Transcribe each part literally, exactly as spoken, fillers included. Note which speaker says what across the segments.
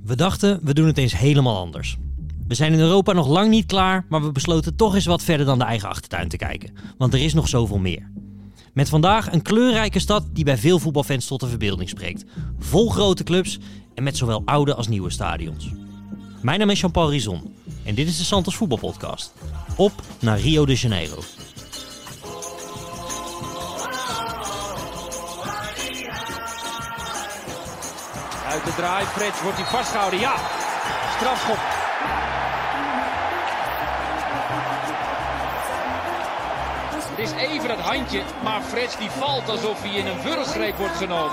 Speaker 1: We dachten, we doen het eens helemaal anders. We zijn in Europa nog lang niet klaar, maar we besloten toch eens wat verder dan de eigen achtertuin te kijken. Want er is nog zoveel meer. Met vandaag een kleurrijke stad die bij veel voetbalfans tot de verbeelding spreekt. Vol grote clubs en met zowel oude als nieuwe stadions. Mijn naam is Jean-Paul Rizon en dit is de Santos Voetbalpodcast. Op naar Rio de Janeiro.
Speaker 2: Uit de draai, Frits, wordt hij vastgehouden? Ja, strafschop. Het is even dat handje, maar Frits die valt alsof hij in een wurggreep wordt genomen.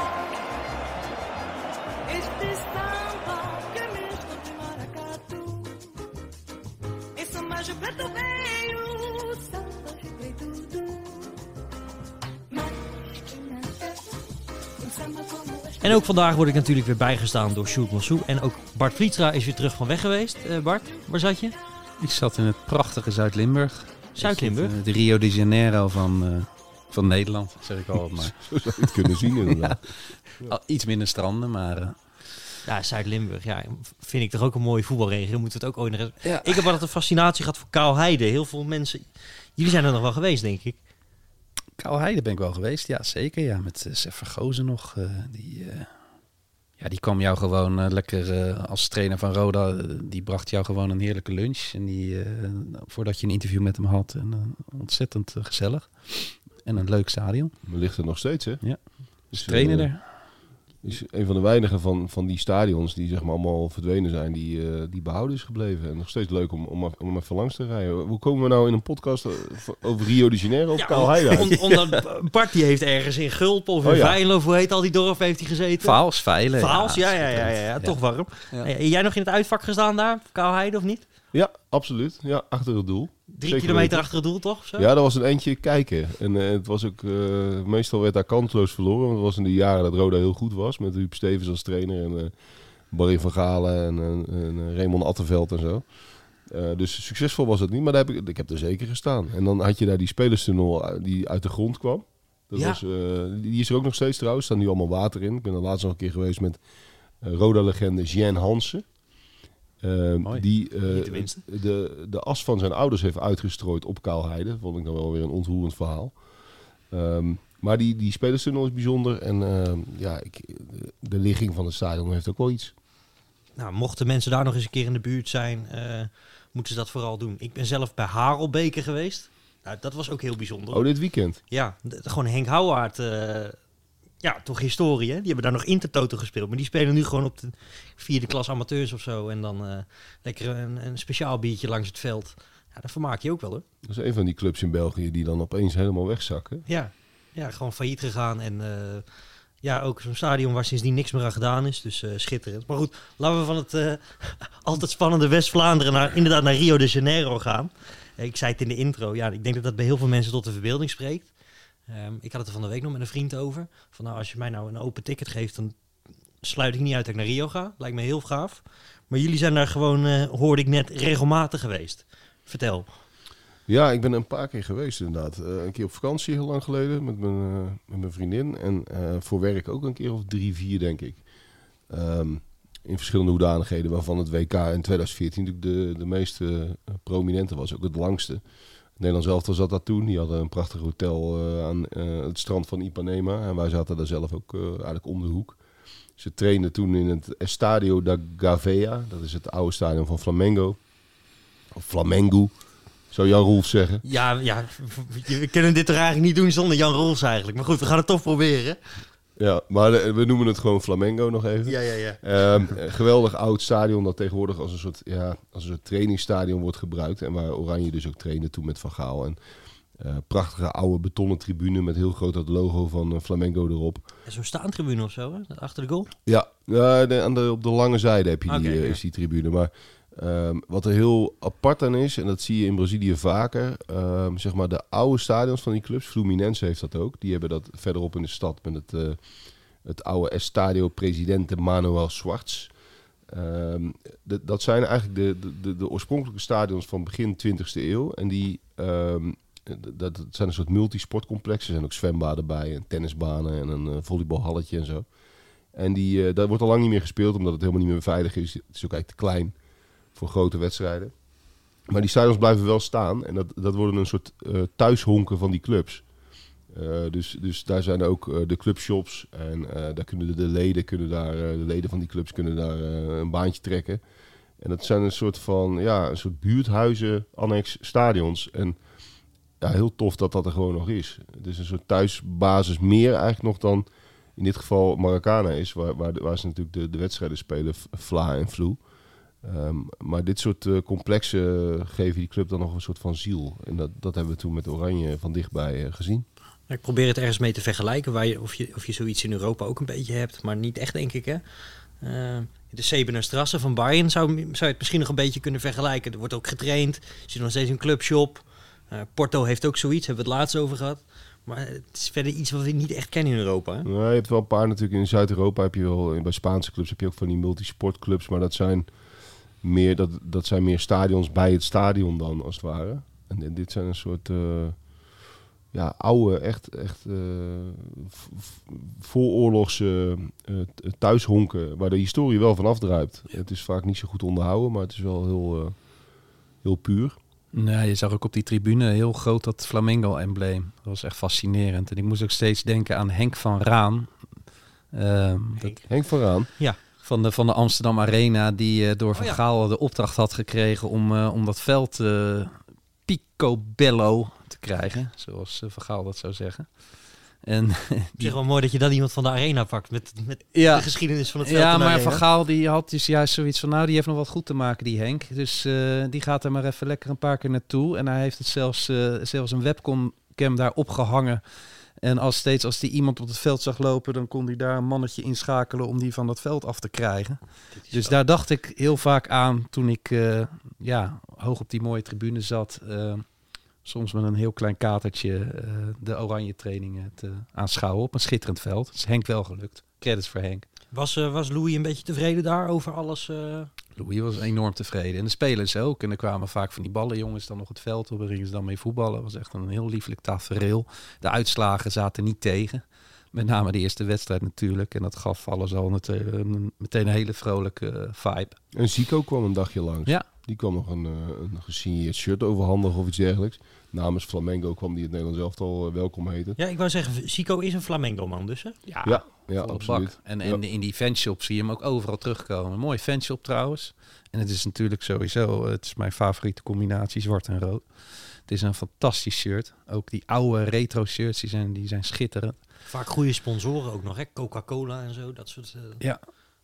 Speaker 1: En ook vandaag word ik natuurlijk weer bijgestaan door Sjoerd Massou. En ook Bart Vlietstra is weer terug van weg geweest. Uh, Bart, waar zat je?
Speaker 3: Ik zat in het prachtige Zuid-Limburg.
Speaker 1: Zuid-Limburg?
Speaker 3: Het, uh, de Rio de Janeiro van, uh, van Nederland, zeg ik al. Maar.
Speaker 4: Zo zou je het kunnen zien inderdaad.
Speaker 3: Ja. Ja. Iets minder stranden, maar... Uh...
Speaker 1: Ja, Zuid-Limburg, ja, vind ik toch ook een mooie voetbalregio. Moeten we het ook ooit nog eens...
Speaker 3: Ja.
Speaker 1: Ik heb altijd een fascinatie gehad voor Kaalheide. Heel veel mensen... Jullie zijn er nog wel geweest, denk ik.
Speaker 3: Kaalheide ben ik wel geweest, ja, zeker. Ja, met uh, Sef Vergozen nog. Uh, die, uh, ja, die kwam jou gewoon uh, lekker uh, als trainer van Roda. Uh, die bracht jou gewoon een heerlijke lunch. En die, uh, voordat je een interview met hem had. En, uh, ontzettend uh, gezellig. En een leuk stadion.
Speaker 4: Maar ligt er nog steeds, hè?
Speaker 3: Ja, dus trainer
Speaker 4: uh,
Speaker 3: er.
Speaker 4: Is een van de weinigen van, van die stadions die zeg maar allemaal verdwenen zijn, die, uh, die behouden is gebleven. En nog steeds leuk om, om, om even langs te rijden. Hoe komen we nou in een podcast over Rio de Janeiro of ja, Kaalheide?
Speaker 1: On, omdat Bart die heeft ergens in Gulp of in oh, ja. Veilen, of hoe heet al die dorp heeft hij gezeten?
Speaker 3: Vaals, Veilen.
Speaker 1: Vaals, ja, ja, ja, ja, ja, ja, toch warm. Ja. Ja, jij nog in het uitvak gestaan daar, Kaalheide of niet?
Speaker 4: Ja, absoluut. Ja, achter het doel.
Speaker 1: Drie Zeker kilometer weten. Achter het doel, toch? Zo?
Speaker 4: Ja, dat was een eentje kijken. En uh, het was ook, uh, meestal werd daar kansloos verloren. Want het was in de jaren dat Roda heel goed was. Met Huub Stevens als trainer. En uh, Barry van Galen en, uh, en uh, Raymond Attenveld en zo. Uh, dus succesvol was het niet. Maar daar heb ik, ik heb er zeker gestaan. En dan had je daar die spelerstunnel die uit de grond kwam. Dat ja. was, uh, die is er ook nog steeds trouwens. Er staat nu allemaal water in. Ik ben er laatst nog een keer geweest met uh, Roda-legende Jean Hansen. Uh, die uh, de, de as van zijn ouders heeft uitgestrooid op Kaalheide. Dat vond ik dan wel weer een ontroerend verhaal. Um, maar die, die spelerstunnel is bijzonder. En uh, ja, ik, de ligging van het stadion heeft ook wel iets.
Speaker 1: Nou, mochten mensen daar nog eens een keer in de buurt zijn, uh, moeten ze dat vooral doen. Ik ben zelf bij Harelbeke geweest. Nou, dat was ook heel bijzonder.
Speaker 4: Oh, dit weekend?
Speaker 1: Ja, de, de, gewoon Henk Houwaard... Uh, Ja, toch historie, hè? Die hebben daar nog Intertoto gespeeld. Maar die spelen nu gewoon op de vierde klas amateurs of zo. En dan uh, lekker een, een speciaal biertje langs het veld. Ja, dat vermaak je ook wel, hoor.
Speaker 4: Dat is een van die clubs in België die dan opeens helemaal wegzakken.
Speaker 1: Ja, ja, gewoon failliet gegaan. En uh, ja, ook zo'n stadion waar sindsdien niks meer aan gedaan is. Dus uh, schitterend. Maar goed, laten we van het uh, altijd spannende West-Vlaanderen naar, inderdaad naar Rio de Janeiro gaan. Uh, ik zei het in de intro. Ja, ik denk dat dat bij heel veel mensen tot de verbeelding spreekt. Um, ik had het er van de week nog met een vriend over. Van nou, als je mij nou een open ticket geeft, dan sluit ik niet uit dat ik naar Rio ga. Lijkt me heel gaaf. Maar jullie zijn daar gewoon, uh, hoorde ik net, regelmatig geweest. Vertel.
Speaker 4: Ja, ik ben er een paar keer geweest inderdaad. Uh, een keer op vakantie heel lang geleden met mijn, uh, met mijn vriendin. En uh, voor werk ook een keer of drie, vier denk ik. Um, in verschillende hoedanigheden, waarvan het W K in twintig veertien natuurlijk de, de meest uh, prominente was. Ook het langste. Nederland zelf zat dat toen. Die hadden een prachtig hotel uh, aan uh, het strand van Ipanema. En wij zaten daar zelf ook uh, eigenlijk om de hoek. Ze trainden toen in het Estadio da Gavea. Dat is het oude stadion van Flamengo. Of Flamengo, zou Jan Rolfs zeggen.
Speaker 1: Ja, ja, we kunnen dit toch eigenlijk niet doen zonder Jan Rolfs eigenlijk. Maar goed, we gaan het toch proberen.
Speaker 4: Ja, maar de, we noemen het gewoon Flamengo nog even.
Speaker 1: Ja, ja, ja.
Speaker 4: Um, geweldig oud stadion dat tegenwoordig als een soort, ja, als een soort trainingsstadion wordt gebruikt. En waar Oranje dus ook trainde toen met Van Gaal. En uh, prachtige oude betonnen tribune met heel groot dat logo van uh, Flamengo erop.
Speaker 1: En zo'n staantribune of zo, hè? Achter de goal?
Speaker 4: Ja, uh, de, aan de, op de lange zijde heb je die,
Speaker 1: okay,
Speaker 4: uh,
Speaker 1: ja.
Speaker 4: is die tribune. Maar um, wat er heel apart aan is, en dat zie je in Brazilië vaker, um, zeg maar de oude stadions van die clubs, Fluminense heeft dat ook. Die hebben dat verderop in de stad met het... Uh, Het oude Estadio Presidente Manuel Schwartz. Um, de, dat zijn eigenlijk de, de, de oorspronkelijke stadions van begin twintigste eeuw. En die um, dat, dat zijn een soort multisportcomplexen. Er zijn ook zwembaden bij en tennisbanen en een uh, volleybalhalletje en zo. En die, uh, dat wordt al lang niet meer gespeeld, omdat het helemaal niet meer veilig is. Het is ook eigenlijk te klein voor grote wedstrijden. Maar die stadions blijven wel staan. En dat, dat worden een soort uh, thuishonken van die clubs. Uh, dus, dus daar zijn ook uh, de clubshops. En uh, daar kunnen de, de leden, kunnen daar, uh, de leden van die clubs kunnen daar uh, een baantje trekken. En dat zijn een soort van, ja, een soort buurthuizen, annex stadions. En ja, heel tof dat dat er gewoon nog is. Het is een soort thuisbasis meer eigenlijk nog dan in dit geval Maracana is. Waar, waar, waar ze natuurlijk de, de wedstrijden spelen, Vla en Vloe. Um, maar dit soort uh, complexen uh, geven die club dan nog een soort van ziel. En dat, dat hebben we toen met Oranje van dichtbij uh, gezien.
Speaker 1: Ik probeer het ergens mee te vergelijken, waar je, of, je, of je zoiets in Europa ook een beetje hebt. Maar niet echt, denk ik, hè. Uh, de Sebener Strasse van Bayern zou, zou je het misschien nog een beetje kunnen vergelijken. Er wordt ook getraind, er zit nog steeds een clubshop. Uh, Porto heeft ook zoiets, hebben we het laatst over gehad. Maar het is verder iets wat we niet echt kennen in Europa. Hè?
Speaker 4: Nou, je hebt wel een paar natuurlijk. In Zuid-Europa heb je wel, bij Spaanse clubs heb je ook van die multisportclubs. Maar dat zijn meer, dat, dat zijn meer stadions bij het stadion dan, als het ware. En, en dit zijn een soort uh, ja, oude, echt, echt uh, vooroorlogse uh, thuishonken, waar de historie wel van afdruipt. Ja. Het is vaak niet zo goed onderhouden, maar het is wel heel, uh, heel puur.
Speaker 3: Nee, je zag ook op die tribune heel groot dat Flamengo-embleem. Dat was echt fascinerend. En ik moest ook steeds denken aan Henk van Raan. Uh,
Speaker 4: Henk.
Speaker 3: dat,
Speaker 4: Henk van Raan?
Speaker 3: Ja. Van de, van de Amsterdam Arena, die uh, door Van Gaal oh, ja. de opdracht had gekregen om, uh, om dat veld uh, picobello te krijgen. Zoals uh, Van Gaal dat zou zeggen. En
Speaker 1: die... zeg wel mooi dat je dan iemand van de Arena pakt met, met
Speaker 3: ja.
Speaker 1: de geschiedenis van het veld.
Speaker 3: Ja, maar Van Gaal die had dus juist zoiets van, nou die heeft nog wat goed te maken, die Henk. Dus uh, die gaat er maar even lekker een paar keer naartoe. En hij heeft het zelfs, uh, zelfs een webcam daar opgehangen. En als steeds als die iemand op het veld zag lopen, dan kon hij daar een mannetje inschakelen om die van dat veld af te krijgen. Dus zo. Daar dacht ik heel vaak aan toen ik uh, ja, hoog op die mooie tribune zat. Uh, soms met een heel klein katertje uh, de oranje trainingen te aanschouwen op een schitterend veld. Het is Henk wel gelukt. Credits voor Henk.
Speaker 1: Was, uh, was Louis een beetje tevreden daar over alles? Uh...
Speaker 3: Louis was enorm tevreden. En de spelers ook. En er kwamen vaak van die ballenjongens dan nog het veld op. Daar gingen ze dan mee voetballen. Het was echt een heel lieflijk tafereel. De uitslagen zaten niet tegen. Met name de eerste wedstrijd natuurlijk. En dat gaf alles al meteen, meteen een hele vrolijke vibe.
Speaker 4: En Zico kwam een dagje langs.
Speaker 3: Ja.
Speaker 4: Die kwam nog een, een gesigneerd shirt overhandigen of iets dergelijks. Namens Flamengo kwam die het Nederlands elftal welkom heten.
Speaker 1: Ja, ik wou zeggen, Zico is een Flamengo-man dus, hè?
Speaker 3: Ja,
Speaker 4: ja, ja absoluut.
Speaker 3: En, en ja. in die fanshop zie je hem ook overal terugkomen. Een mooie fanshop trouwens. En het is natuurlijk sowieso, het is mijn favoriete combinatie, zwart en rood. Het is een fantastisch shirt. Ook die oude retro shirts, die zijn, die zijn schitterend.
Speaker 1: Vaak goede sponsoren ook nog, hè? Coca-Cola en zo, dat soort... Uh...
Speaker 3: Ja.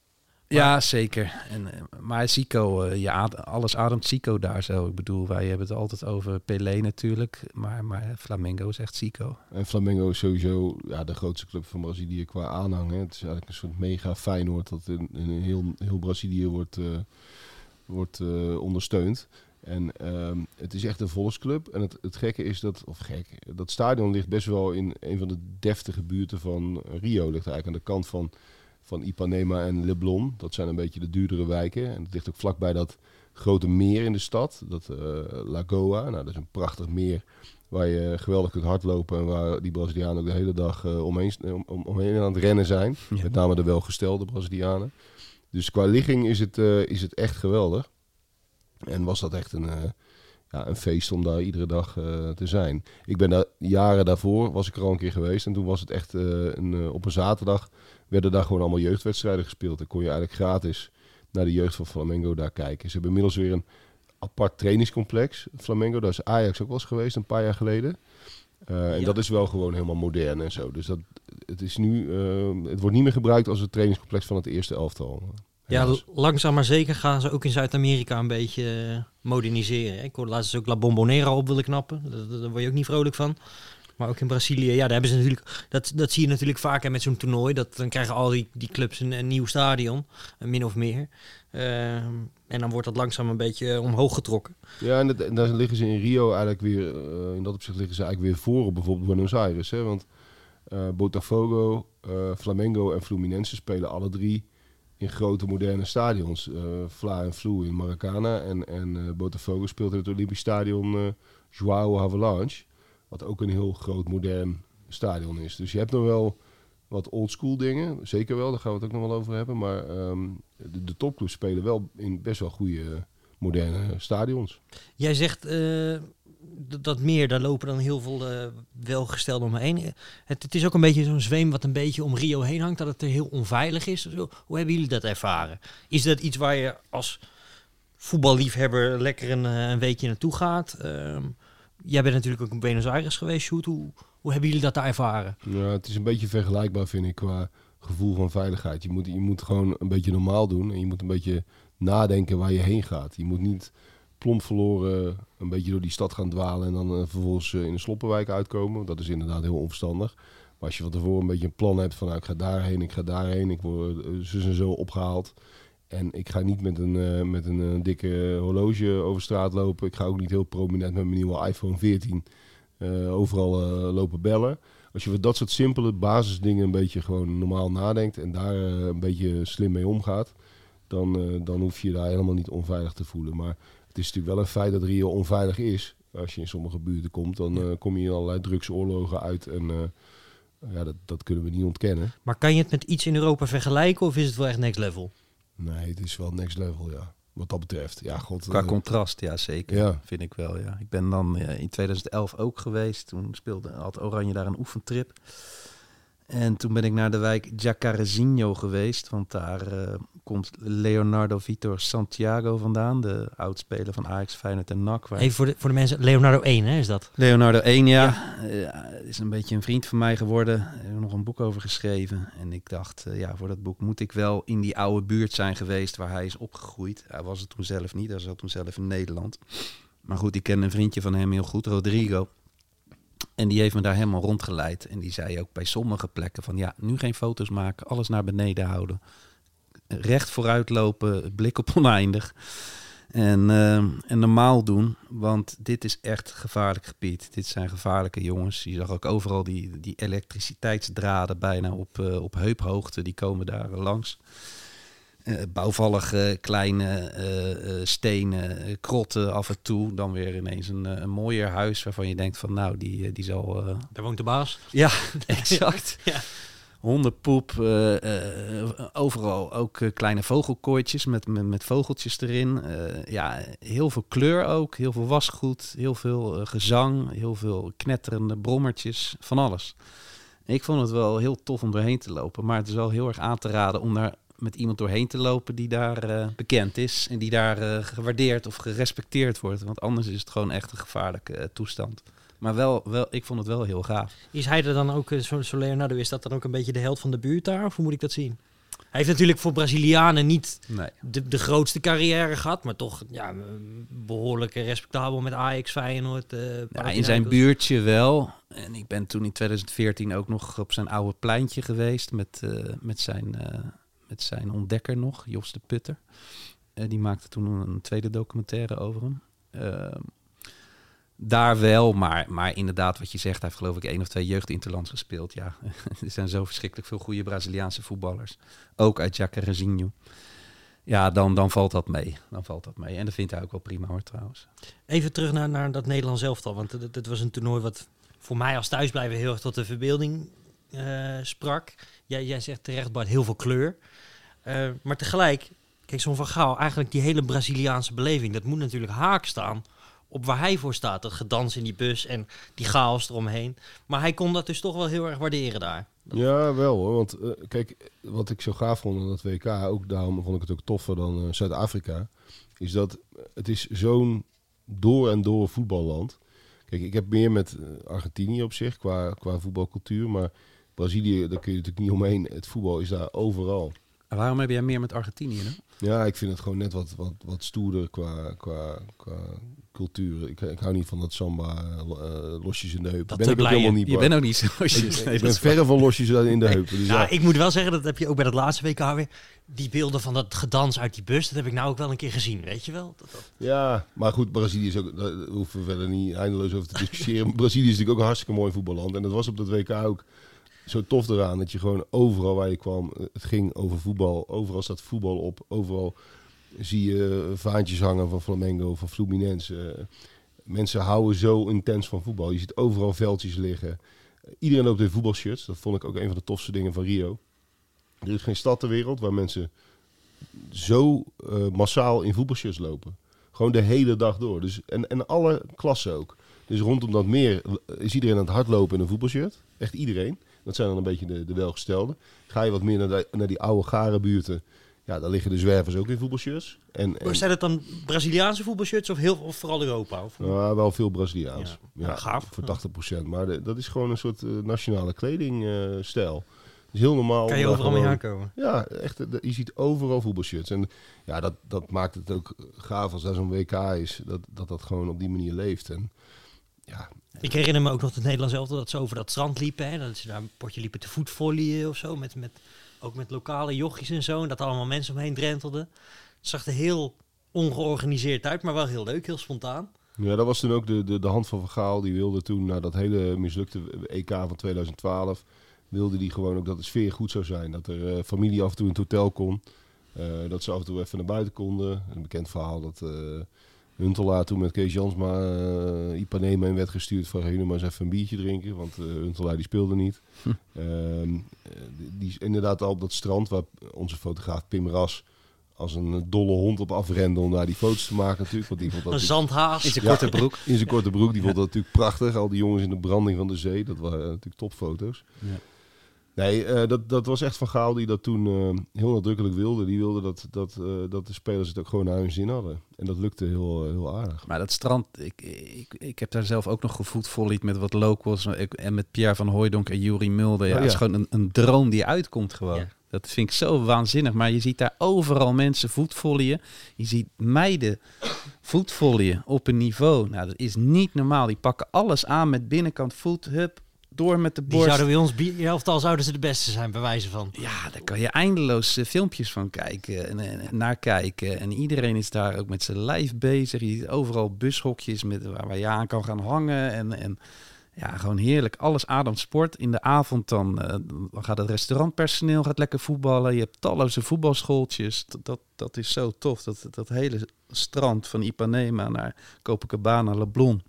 Speaker 3: Ja, zeker. En, maar Zico, uh, ja, alles ademt Zico daar zo. Ik bedoel, wij hebben het altijd over Pelé natuurlijk. Maar, maar Flamengo is echt Zico.
Speaker 4: En Flamengo is sowieso ja, de grootste club van Brazilië qua aanhang. Hè. Het is eigenlijk een soort mega Feyenoord dat in, in heel, heel Brazilië wordt, uh, wordt uh, ondersteund. En um, het is echt een volksclub. En het, het gekke is dat, of gek, dat stadion ligt best wel in een van de deftige buurten van Rio. Ligt eigenlijk aan de kant van... van Ipanema en Leblon. Dat zijn een beetje de duurdere wijken. En het ligt ook vlakbij dat grote meer in de stad. Dat uh, Lagoa. Nou, dat is een prachtig meer waar je geweldig kunt hardlopen. En waar die Brazilianen ook de hele dag uh, omheen, om, omheen aan het rennen zijn. Ja. Met name de welgestelde Brazilianen. Dus qua ligging is het, uh, is het echt geweldig. En was dat echt een, uh, ja, een feest om daar iedere dag uh, te zijn. Ik ben daar jaren daarvoor, was ik er al een keer geweest. En toen was het echt uh, een, uh, op een zaterdag... werden daar gewoon allemaal jeugdwedstrijden gespeeld. En kon je eigenlijk gratis naar de jeugd van Flamengo daar kijken. Ze hebben inmiddels weer een apart trainingscomplex. Flamengo, daar is Ajax ook wel eens geweest een paar jaar geleden. Uh, en ja. dat is wel gewoon helemaal modern en zo. Dus dat, het, is nu, uh, het wordt niet meer gebruikt als het trainingscomplex van het eerste elftal.
Speaker 1: Ja, l- langzaam maar zeker gaan ze ook in Zuid-Amerika een beetje uh, moderniseren. Ik hoorde laatst ook La Bombonera op willen knappen. Daar, daar word je ook niet vrolijk van. Maar ook in Brazilië, ja, daar hebben ze natuurlijk... Dat, dat zie je natuurlijk vaker met zo'n toernooi. Dat, dan krijgen al die, die clubs een, een nieuw stadion, min of meer. Uh, en dan wordt dat langzaam een beetje omhoog getrokken.
Speaker 4: Ja, en, dat, en daar liggen ze in Rio eigenlijk weer... Uh, in dat opzicht liggen ze eigenlijk weer voor op bijvoorbeeld Buenos Aires. Hè? Want uh, Botafogo, uh, Flamengo en Fluminense spelen alle drie... in grote moderne stadions. Uh, Vla en Flu in Maracana. En, en uh, Botafogo speelt in het Olympisch Stadion uh, João Havelange. Wat ook een heel groot modern stadion is. Dus je hebt nog wel wat oldschool dingen. Zeker wel, daar gaan we het ook nog wel over hebben. Maar um, de, de topclubs spelen wel in best wel goede, moderne stadions.
Speaker 1: Jij zegt uh, d- dat meer, daar lopen dan heel veel uh, welgestelden omheen. Het, het is ook een beetje zo'n zweem wat een beetje om Rio heen hangt, dat het er heel onveilig is. Zo, hoe hebben jullie dat ervaren? Is dat iets waar je als voetballiefhebber lekker een, een weekje naartoe gaat? Uh, jij bent natuurlijk ook in Buenos Aires geweest, Sjoerd. Hoe, hoe hebben jullie dat daar ervaren?
Speaker 4: Ja, het is een beetje vergelijkbaar, vind ik, qua gevoel van veiligheid. Je moet, je moet gewoon een beetje normaal doen en je moet een beetje nadenken waar je heen gaat. Je moet niet plomp verloren een beetje door die stad gaan dwalen en dan uh, vervolgens uh, in een sloppenwijk uitkomen. Dat is inderdaad heel onverstandig. Maar als je van tevoren een beetje een plan hebt van nou, ik ga daarheen, ik ga daarheen, ik word uh, zus en zo opgehaald. En ik ga niet met een, uh, met een uh, dikke horloge over straat lopen. Ik ga ook niet heel prominent met mijn nieuwe iPhone veertien uh, overal uh, lopen bellen. Als je voor dat soort simpele basisdingen een beetje gewoon normaal nadenkt en daar uh, een beetje slim mee omgaat, dan, uh, dan hoef je je daar helemaal niet onveilig te voelen. Maar het is natuurlijk wel een feit dat Rio onveilig is. Als je in sommige buurten komt, dan uh, kom je in allerlei drugsoorlogen uit en uh, ja, dat, dat kunnen we niet ontkennen.
Speaker 1: Maar kan je het met iets in Europa vergelijken of is het wel echt next level?
Speaker 4: Nee, het is wel next level, ja. Wat dat betreft. Ja, god.
Speaker 3: Qua
Speaker 4: uh,
Speaker 3: contrast, ja zeker.
Speaker 4: Ja.
Speaker 3: Vind ik wel, ja. Ik ben dan ja, in tweeduizend elf ook geweest. Toen speelde, had Oranje daar een oefentrip. En toen ben ik naar de wijk Jacarezinho geweest. Want daar uh, komt Leonardo Vitor Santiago vandaan. De oudspeler van Ajax, Feyenoord en N A C. Waar...
Speaker 1: Even voor de, voor de mensen, Leonardo één, hè, is dat?
Speaker 3: Leonardo één, ja. ja. Uh, is een beetje een vriend van mij geworden. Ik heb er nog een boek over geschreven. En ik dacht, uh, ja, voor dat boek moet ik wel in die oude buurt zijn geweest waar hij is opgegroeid. Hij was het toen zelf niet, hij zat toen zelf in Nederland. Maar goed, ik ken een vriendje van hem heel goed, Rodrigo. En die heeft me daar helemaal rondgeleid. En die zei ook bij sommige plekken van ja, nu geen foto's maken, alles naar beneden houden. Recht vooruit lopen, blik op oneindig. En, uh, en normaal doen, want dit is echt gevaarlijk gebied. Dit zijn gevaarlijke jongens. Je zag ook overal die, die elektriciteitsdraden bijna op, uh, op heuphoogte, die komen daar langs. Uh, bouwvallige kleine uh, uh, stenen, uh, krotten af en toe. Dan weer ineens een, uh, een mooier huis waarvan je denkt van nou, die, die zal... Uh...
Speaker 1: Daar woont de baas.
Speaker 3: Ja, exact.
Speaker 1: Ja.
Speaker 3: Hondenpoep, uh, uh, overal ook uh, kleine vogelkooitjes met, met, met vogeltjes erin. Uh, ja, heel veel kleur ook, heel veel wasgoed, heel veel uh, gezang, heel veel knetterende brommertjes, van alles. Ik vond het wel heel tof om doorheen te lopen, maar het is wel heel erg aan te raden om daar met iemand doorheen te lopen die daar uh, bekend is en die daar uh, gewaardeerd of gerespecteerd wordt. Want anders is het gewoon echt een gevaarlijke uh, toestand. Maar wel, wel, ik vond het wel heel gaaf.
Speaker 1: Is hij er dan ook, zo, zo Leonardo, is dat dan ook een beetje de held van de buurt daar? Of hoe moet ik dat zien? Hij heeft natuurlijk voor Brazilianen niet
Speaker 3: nee.
Speaker 1: de, de grootste carrière gehad, maar toch ja, behoorlijk respectabel met Ajax, Feyenoord. Uh,
Speaker 3: ja, in zijn buurtje wel. En ik ben toen in tweeduizend veertien ook nog op zijn oude pleintje geweest met, uh, met, zijn, uh, met zijn ontdekker nog, Jos de Putter. Uh, die maakte toen een tweede documentaire over hem. Uh, Daar wel, maar, maar inderdaad wat je zegt, hij heeft geloof ik één of twee jeugdinterlands gespeeld. Ja, er zijn zo verschrikkelijk veel goede Braziliaanse voetballers. Ook uit Jacarezinho. Ja, dan, dan valt dat mee. Dan valt dat mee. En dat vindt hij ook wel prima hoor trouwens.
Speaker 1: Even terug naar, naar dat Nederlands elftal. Want het, het was een toernooi wat voor mij als thuisblijver heel erg tot de verbeelding uh, sprak. Jij, jij zegt terecht Bart, heel veel kleur. Uh, maar tegelijk, kijk zo'n Van Gaal, eigenlijk die hele Braziliaanse beleving, dat moet natuurlijk haak staan op waar hij voor staat. Dat gedans in die bus en die chaos eromheen. Maar hij kon dat dus toch wel heel erg waarderen daar.
Speaker 4: Ja, wel hoor. Want uh, kijk, wat ik zo gaaf vond aan dat W K, ook daarom vond ik het ook toffer dan uh, Zuid-Afrika, is dat het is zo'n door en door voetballand. Kijk, ik heb meer met uh, Argentinië op zich qua, qua voetbalcultuur, maar Brazilië, daar kun je natuurlijk niet omheen. Het voetbal is daar overal.
Speaker 3: En waarom heb jij meer met Argentinië dan?
Speaker 4: Ja, ik vind het gewoon net wat, wat, wat stoerder qua, qua, qua cultuur. Ik, ik hou niet van dat samba, uh, losjes in de heup. Dat ben ik ook helemaal niet.
Speaker 3: Je bent ook niet zo losjes.
Speaker 4: Ik,
Speaker 3: nee,
Speaker 4: ik ben verre van losjes in de heup. Dus
Speaker 1: nou, ja. Ik moet wel zeggen, dat heb je ook bij dat laatste W K weer. Die beelden van dat gedans uit die bus, dat heb ik nou ook wel een keer gezien, weet je wel? Dat, dat...
Speaker 4: Ja, maar goed, Brazilië is ook, daar hoeven we verder niet eindeloos over te discussiëren. Brazilië is natuurlijk ook een hartstikke mooi voetballand. En dat was op dat W K ook zo tof eraan, dat je gewoon overal waar je kwam, het ging over voetbal. Overal staat voetbal op, overal zie je vaantjes hangen van Flamengo, van Fluminense. Mensen houden zo intens van voetbal. Je ziet overal veldjes liggen. Iedereen loopt in voetbalshirts. Dat vond ik ook een van de tofste dingen van Rio. Er is geen stad ter wereld waar mensen zo uh, massaal in voetbalshirts lopen. Gewoon de hele dag door. Dus, en, en alle klassen ook. Dus rondom dat meer is iedereen aan het hardlopen in een voetbalshirt. Echt iedereen. Dat zijn dan een beetje de, de welgestelden. Ga je wat meer naar, de, naar die oude gare buurten. Ja, daar liggen de zwervers ook in voetbalshirts. En, en,
Speaker 1: Maar zijn het dan Braziliaanse voetbalshirts of, heel, of vooral Europa? Of?
Speaker 4: Nou, wel veel Braziliaans.
Speaker 1: Ja,
Speaker 4: Ja,
Speaker 1: gaaf.
Speaker 4: Voor tachtig procent. Maar de, dat is gewoon een soort uh, nationale kledingstijl. Uh, het is heel normaal.
Speaker 1: Kan je overal
Speaker 4: gewoon,
Speaker 1: mee aankomen?
Speaker 4: Ja, echt. De, je ziet overal voetbalshirts. En ja, dat, dat maakt het ook gaaf als daar zo'n W K is. Dat, dat dat gewoon op die manier leeft. En ja...
Speaker 1: Ik herinner me ook nog het Nederlands elftal dat ze over dat strand liepen. Hè? Dat ze daar een potje liepen te voetvolleyen of zo. Met, met, ook met lokale jochies en zo. En dat er allemaal mensen omheen drentelden. Het zag er heel ongeorganiseerd uit, maar wel heel leuk, heel spontaan.
Speaker 4: Ja, dat was toen ook de, de, de hand van Van Gaal. Die wilde toen, na dat hele mislukte E K van twintig twaalf... wilde die gewoon ook dat de sfeer goed zou zijn. Dat er uh, familie af en toe in het hotel kon. Uh, dat ze af en toe even naar buiten konden. Een bekend verhaal dat... Uh, Huntelaar toen met Kees Jansma uh, Ipanema in werd gestuurd van jullie maar eens even een biertje drinken, want uh, Huntelaar die speelde niet. Hm. Uh, die, die is inderdaad al op dat strand waar onze fotograaf Pim Ras als een dolle hond op afrende om daar die foto's te maken natuurlijk. Want die vond dat
Speaker 1: een zandhaas.
Speaker 3: In zijn
Speaker 4: ja,
Speaker 3: korte broek.
Speaker 4: In zijn korte broek, die vond dat natuurlijk prachtig. Al die jongens in de branding van de zee, dat waren natuurlijk topfoto's. Ja. Nee, uh, dat, dat was echt Van Gaal die dat toen uh, heel nadrukkelijk wilde. Die wilde dat, dat, uh, dat de spelers het ook gewoon naar hun zin hadden. En dat lukte heel, uh, heel aardig.
Speaker 3: Maar dat strand, ik, ik, ik heb daar zelf ook nog gevoetvolleyed met wat locals. En met Pierre van Hooijdonk en Juri Mulder. Ja,
Speaker 4: oh, ja.
Speaker 3: Het is gewoon een, een droom die uitkomt gewoon. Ja. Dat vind ik zo waanzinnig. Maar je ziet daar overal mensen voetvolleyen. Je ziet meiden voetvolleyen op een niveau. Nou, dat is niet normaal. Die pakken alles aan met binnenkant voet, hup. Door met de borst.
Speaker 1: Die zouden bij ons elftal zouden ze de beste zijn, bij wijze van.
Speaker 3: Ja, daar kan je eindeloos uh, filmpjes van kijken en, en, en naar kijken. En iedereen is daar ook met zijn lijf bezig. Je ziet overal bushokjes met, waar, waar je aan kan gaan hangen. En, en ja, gewoon heerlijk. Alles ademt sport. In de avond dan, uh, dan gaat het restaurantpersoneel gaat lekker voetballen. Je hebt talloze voetbalschooltjes. Dat, dat, dat is zo tof. Dat, dat hele strand van Ipanema naar Copacabana, Leblon.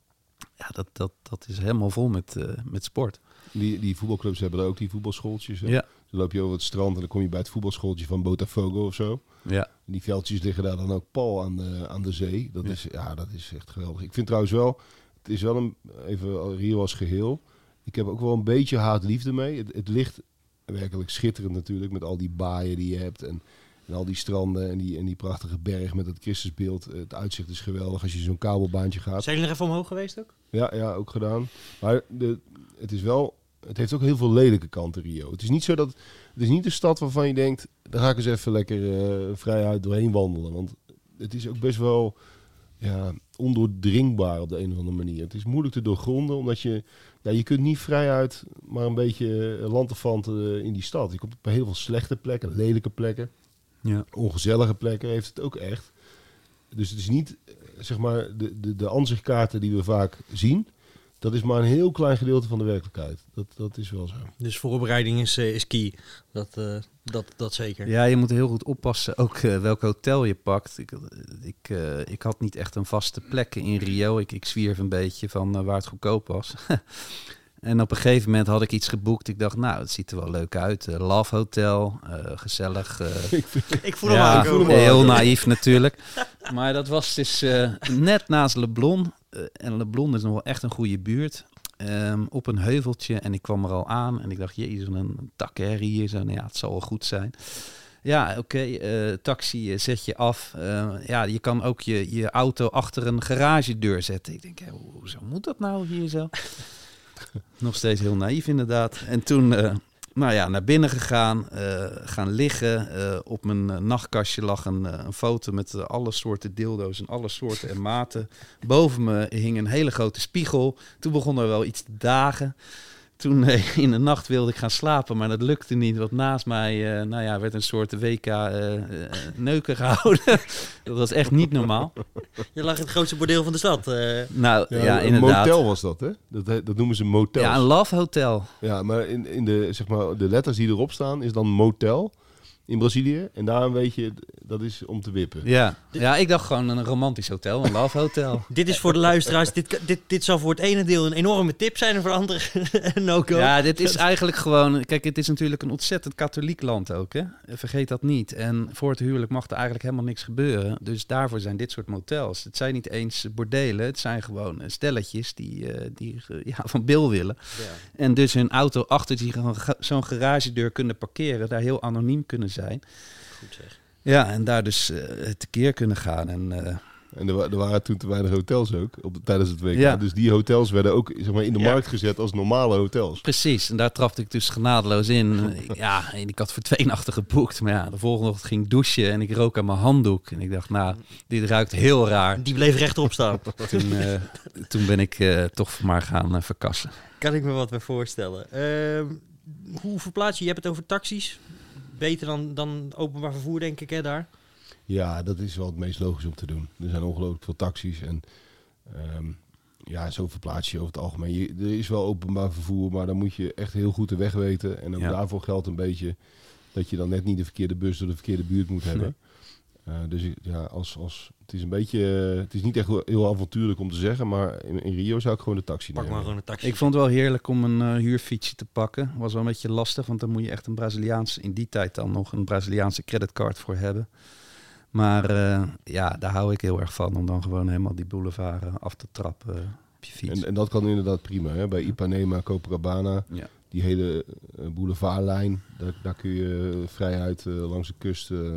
Speaker 3: Ja, dat, dat, dat is helemaal vol met, uh, met sport.
Speaker 4: Die, die voetbalclubs hebben er ook die voetbalschooltjes. Hè?
Speaker 3: Ja.
Speaker 4: Dan loop je over het strand en dan kom je bij het voetbalschooltje van Botafogo of zo.
Speaker 3: Ja.
Speaker 4: En die veldjes liggen daar dan ook pal aan de, aan de zee. Dat, ja. Is, ja, dat is echt geweldig. Ik vind trouwens wel, het is wel een, even Rio als geheel. Ik heb ook wel een beetje haat-liefde mee. Het, het ligt werkelijk schitterend natuurlijk met al die baaien die je hebt. En, en al die stranden en die, en die prachtige berg met het Christusbeeld. Het uitzicht is geweldig als je zo'n kabelbaantje gaat.
Speaker 1: Zijn jullie nog even omhoog geweest ook?
Speaker 4: Ja, ja, ook gedaan. Maar de, het is wel, het heeft ook heel veel lelijke kanten, Rio. Het is niet zo dat, het is niet de stad waarvan je denkt, daar ga ik eens even lekker uh, vrijuit doorheen wandelen. Want het is ook best wel ja, ondoordringbaar op de een of andere manier. Het is moeilijk te doorgronden, omdat je, ja, je kunt niet vrijuit maar een beetje lanterfanten in die stad. Je komt op heel veel slechte plekken, lelijke plekken,
Speaker 3: ja.
Speaker 4: ongezellige plekken heeft het ook echt. Dus het is niet, zeg maar, de, de, de aanzichtkaarten die we vaak zien, dat is maar een heel klein gedeelte van de werkelijkheid. Dat, dat is wel zo.
Speaker 1: Dus voorbereiding is, uh, is key. Dat, uh, dat, dat zeker.
Speaker 3: Ja, je moet heel goed oppassen ook uh, welk hotel je pakt. Ik, ik, uh, ik had niet echt een vaste plek in Rio. Ik, ik zwierf een beetje van uh, waar het goedkoop was. En op een gegeven moment had ik iets geboekt. Ik dacht, nou, het ziet er wel leuk uit. Uh, Love Hotel, uh, gezellig. Uh,
Speaker 1: ik voel
Speaker 3: ja,
Speaker 1: hem ook.
Speaker 3: Heel naïef natuurlijk. Maar dat was dus uh, net naast Leblon. Uh, en Leblon is nog wel echt een goede buurt. Um, op een heuveltje. En ik kwam er al aan. En ik dacht, jezus, een takherrie hier. Zo, nou ja, het zal wel goed zijn. Ja, oké. Okay, uh, taxi uh, zet je af. Uh, ja, je kan ook je, je auto achter een garagedeur zetten. Ik denk, ja, hoezo moet dat nou hier zo? Nog steeds heel naïef inderdaad. En toen, uh, nou ja, naar binnen gegaan, uh, gaan liggen. Uh, op mijn uh, nachtkastje lag een, uh, een foto met uh, alle soorten dildo's en alle soorten en maten. Boven me hing een hele grote spiegel. Toen begon er wel iets te dagen. Toen uh, in de nacht wilde ik gaan slapen, maar dat lukte niet. Want naast mij, uh, nou ja, werd een soort W K uh, uh, neuken gehouden. Dat was echt niet normaal.
Speaker 1: Je lag in het grootste bordeel van de stad. Uh.
Speaker 3: Nou ja,
Speaker 4: ja,
Speaker 3: een
Speaker 4: inderdaad. Motel was dat, hè? Dat, dat noemen ze motels.
Speaker 3: Ja, een love hotel.
Speaker 4: Ja, maar in, in de, zeg maar, de letters die erop staan is dan motel. in Brazilië. En daarom weet je, dat is om te wippen.
Speaker 3: Ja. ja, ik dacht gewoon een romantisch hotel, een love hotel.
Speaker 1: Dit is voor de luisteraars, dit, dit, dit zal voor het ene deel een enorme tip zijn en voor de andere een no-go.
Speaker 3: Ja, dit is eigenlijk gewoon... Kijk, het is natuurlijk een ontzettend katholiek land ook, hè. Vergeet dat niet. En voor het huwelijk mag er eigenlijk helemaal niks gebeuren. Dus daarvoor zijn dit soort motels. Het zijn niet eens bordelen, het zijn gewoon stelletjes die, uh, die uh, ja, van bil willen. Ja. En dus hun auto achter die zo'n garagedeur kunnen parkeren, daar heel anoniem kunnen zijn.
Speaker 1: Goed zeg.
Speaker 3: Ja, en daar dus uh, tekeer kunnen gaan. En, uh,
Speaker 4: en er, er waren toen te weinig hotels ook op de, tijdens het W K.
Speaker 3: Ja.
Speaker 4: Dus die hotels werden ook zeg maar, in de ja. markt gezet als normale hotels.
Speaker 3: Precies, en daar trapte ik dus genadeloos in. Ja, en ik had voor twee nachten geboekt. Maar ja, de volgende ochtend ging ik douchen en ik rook aan mijn handdoek. En ik dacht, nou, dit ruikt heel raar.
Speaker 1: Die bleef rechtop staan.
Speaker 3: toen, uh, toen ben ik uh, toch maar gaan uh, verkassen.
Speaker 1: Kan ik me wat bij voorstellen. Uh, hoe verplaats je? Je hebt het over taxis. Beter dan, dan openbaar vervoer, denk ik, hè, daar?
Speaker 4: Ja, dat is wel het meest logisch om te doen. Er zijn ongelooflijk veel taxis en um, ja, zo verplaats je over het algemeen. Je, er is wel openbaar vervoer, maar dan moet je echt heel goed de weg weten. En ook ja. daarvoor geldt een beetje dat je dan net niet de verkeerde bus door de verkeerde buurt moet hebben. Nee. Uh, dus ja, als, als, het is een beetje, uh, het is niet echt heel, heel avontuurlijk om te zeggen, maar in, in Rio zou ik gewoon de taxi
Speaker 1: Pak
Speaker 4: nemen.
Speaker 1: maar gewoon een taxi.
Speaker 3: Ik vond het wel heerlijk om een uh, huurfietsje te pakken. Was wel een beetje lastig, want dan moet je echt een Braziliaans, in die tijd dan nog een Braziliaanse creditcard voor hebben. Maar uh, ja, daar hou ik heel erg van, om dan gewoon helemaal die boulevard uh, af te trappen uh, op je fiets.
Speaker 4: En, en dat kan inderdaad prima, hè? Bij Ipanema, Copacabana,
Speaker 3: ja.
Speaker 4: die hele uh, boulevardlijn, daar, daar kun je uh, vrijheid uh, langs de kust uh,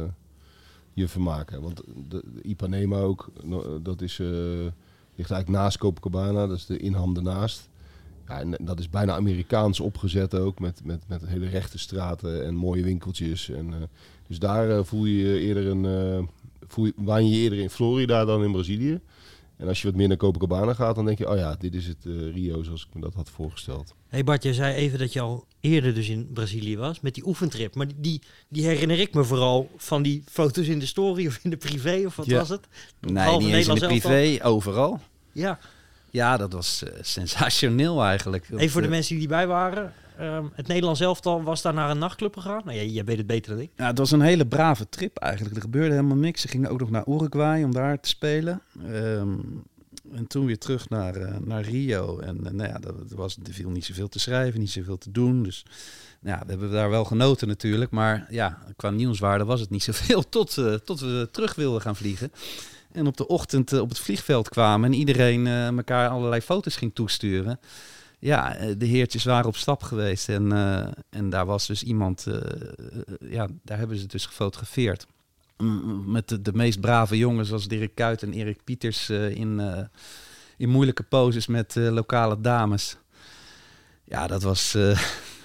Speaker 4: je vermaken. Want de, de Ipanema ook, no, dat is, uh, ligt eigenlijk naast Copacabana, dat is de inham ernaast. Ja, en dat is bijna Amerikaans opgezet ook, met, met, met hele rechte straten en mooie winkeltjes. En, uh, dus daar uh, voel je je eerder een, uh, voel je, waan je je eerder in Florida dan in Brazilië. En als je wat meer naar Copacabana gaat, dan denk je, oh ja, dit is het uh, Rio zoals ik me dat had voorgesteld.
Speaker 1: Hey Bart, jij zei even dat je al eerder dus in Brazilië was met die oefentrip. Maar die, die herinner ik me vooral van die foto's in de story of in de privé, of wat ja. was het?
Speaker 3: Nee, niet eens in de privé, overal.
Speaker 1: Ja.
Speaker 3: Ja, dat was uh, sensationeel eigenlijk.
Speaker 1: Even voor de mensen die erbij waren. Um, het Nederlands elftal was daar naar een nachtclub gegaan. Nou, jij, jij weet het beter dan ik.
Speaker 3: Ja, het was een hele brave trip eigenlijk. Er gebeurde helemaal niks. Ze gingen ook nog naar Uruguay om daar te spelen. Um, en toen weer terug naar, uh, naar Rio. En uh, nou ja, dat, dat was, er viel niet zoveel te schrijven, niet zoveel te doen. Dus nou ja, we hebben daar wel genoten natuurlijk. Maar ja, qua nieuwswaarde was het niet zoveel tot, uh, tot we terug wilden gaan vliegen. En op de ochtend uh, op het vliegveld kwamen en iedereen uh, elkaar allerlei foto's ging toesturen. Ja, de heertjes waren op stap geweest en, uh, en daar was dus iemand, uh, uh, ja, daar hebben ze het dus gefotografeerd. M- met de, de meest brave jongens zoals Dirk Kuyt en Erik Pieters uh, in, uh, in moeilijke poses met uh, lokale dames. Ja, dat was, uh,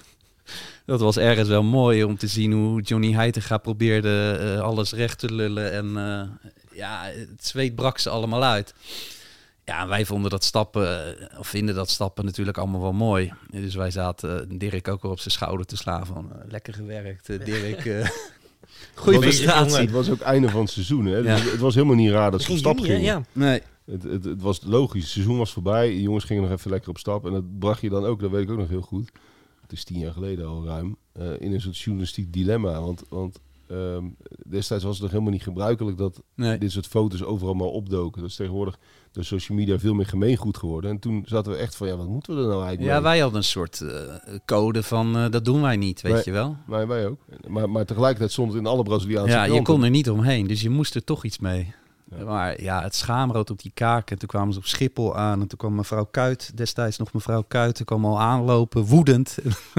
Speaker 3: dat was ergens wel mooi om te zien hoe Johnny Heitinga probeerde uh, alles recht te lullen en uh, ja, het zweet brak ze allemaal uit. Ja, wij vonden dat stappen, of vinden dat stappen natuurlijk allemaal wel mooi. Dus wij zaten Dirk ook weer op zijn schouder te slaan van uh, lekker gewerkt, uh, Dirk. Uh, goeie prestatie.
Speaker 4: Het was ook einde van het seizoen, hè? Dus ja. Het was helemaal niet raar dat ze op stap gingen.
Speaker 1: Ja.
Speaker 3: Nee.
Speaker 4: Het, het, het was logisch, het seizoen was voorbij, de jongens gingen nog even lekker op stap. En dat bracht je dan ook, dat weet ik ook nog heel goed, het is tien jaar geleden al ruim, uh, in een soort journalistiek dilemma. Want, want um, destijds was het nog helemaal niet gebruikelijk dat nee. dit soort foto's overal maar opdoken. Dat is tegenwoordig door social media veel meer gemeengoed geworden. En toen zaten we echt van, ja, wat moeten we er nou eigenlijk
Speaker 3: Ja,
Speaker 4: mee?
Speaker 3: wij hadden een soort uh, code van, uh, dat doen wij niet, weet
Speaker 4: wij,
Speaker 3: je wel.
Speaker 4: Maar wij ook. Maar, maar tegelijkertijd stond het in alle Braziliaanse
Speaker 3: Ja,
Speaker 4: kranten.
Speaker 3: je kon er niet omheen, dus je moest er toch iets mee. Ja. Maar ja, het schaamrood op die kaken. Toen kwamen ze op Schiphol aan. En toen kwam mevrouw Kuyt, destijds nog mevrouw Kuyt, toen kwam al aanlopen, woedend.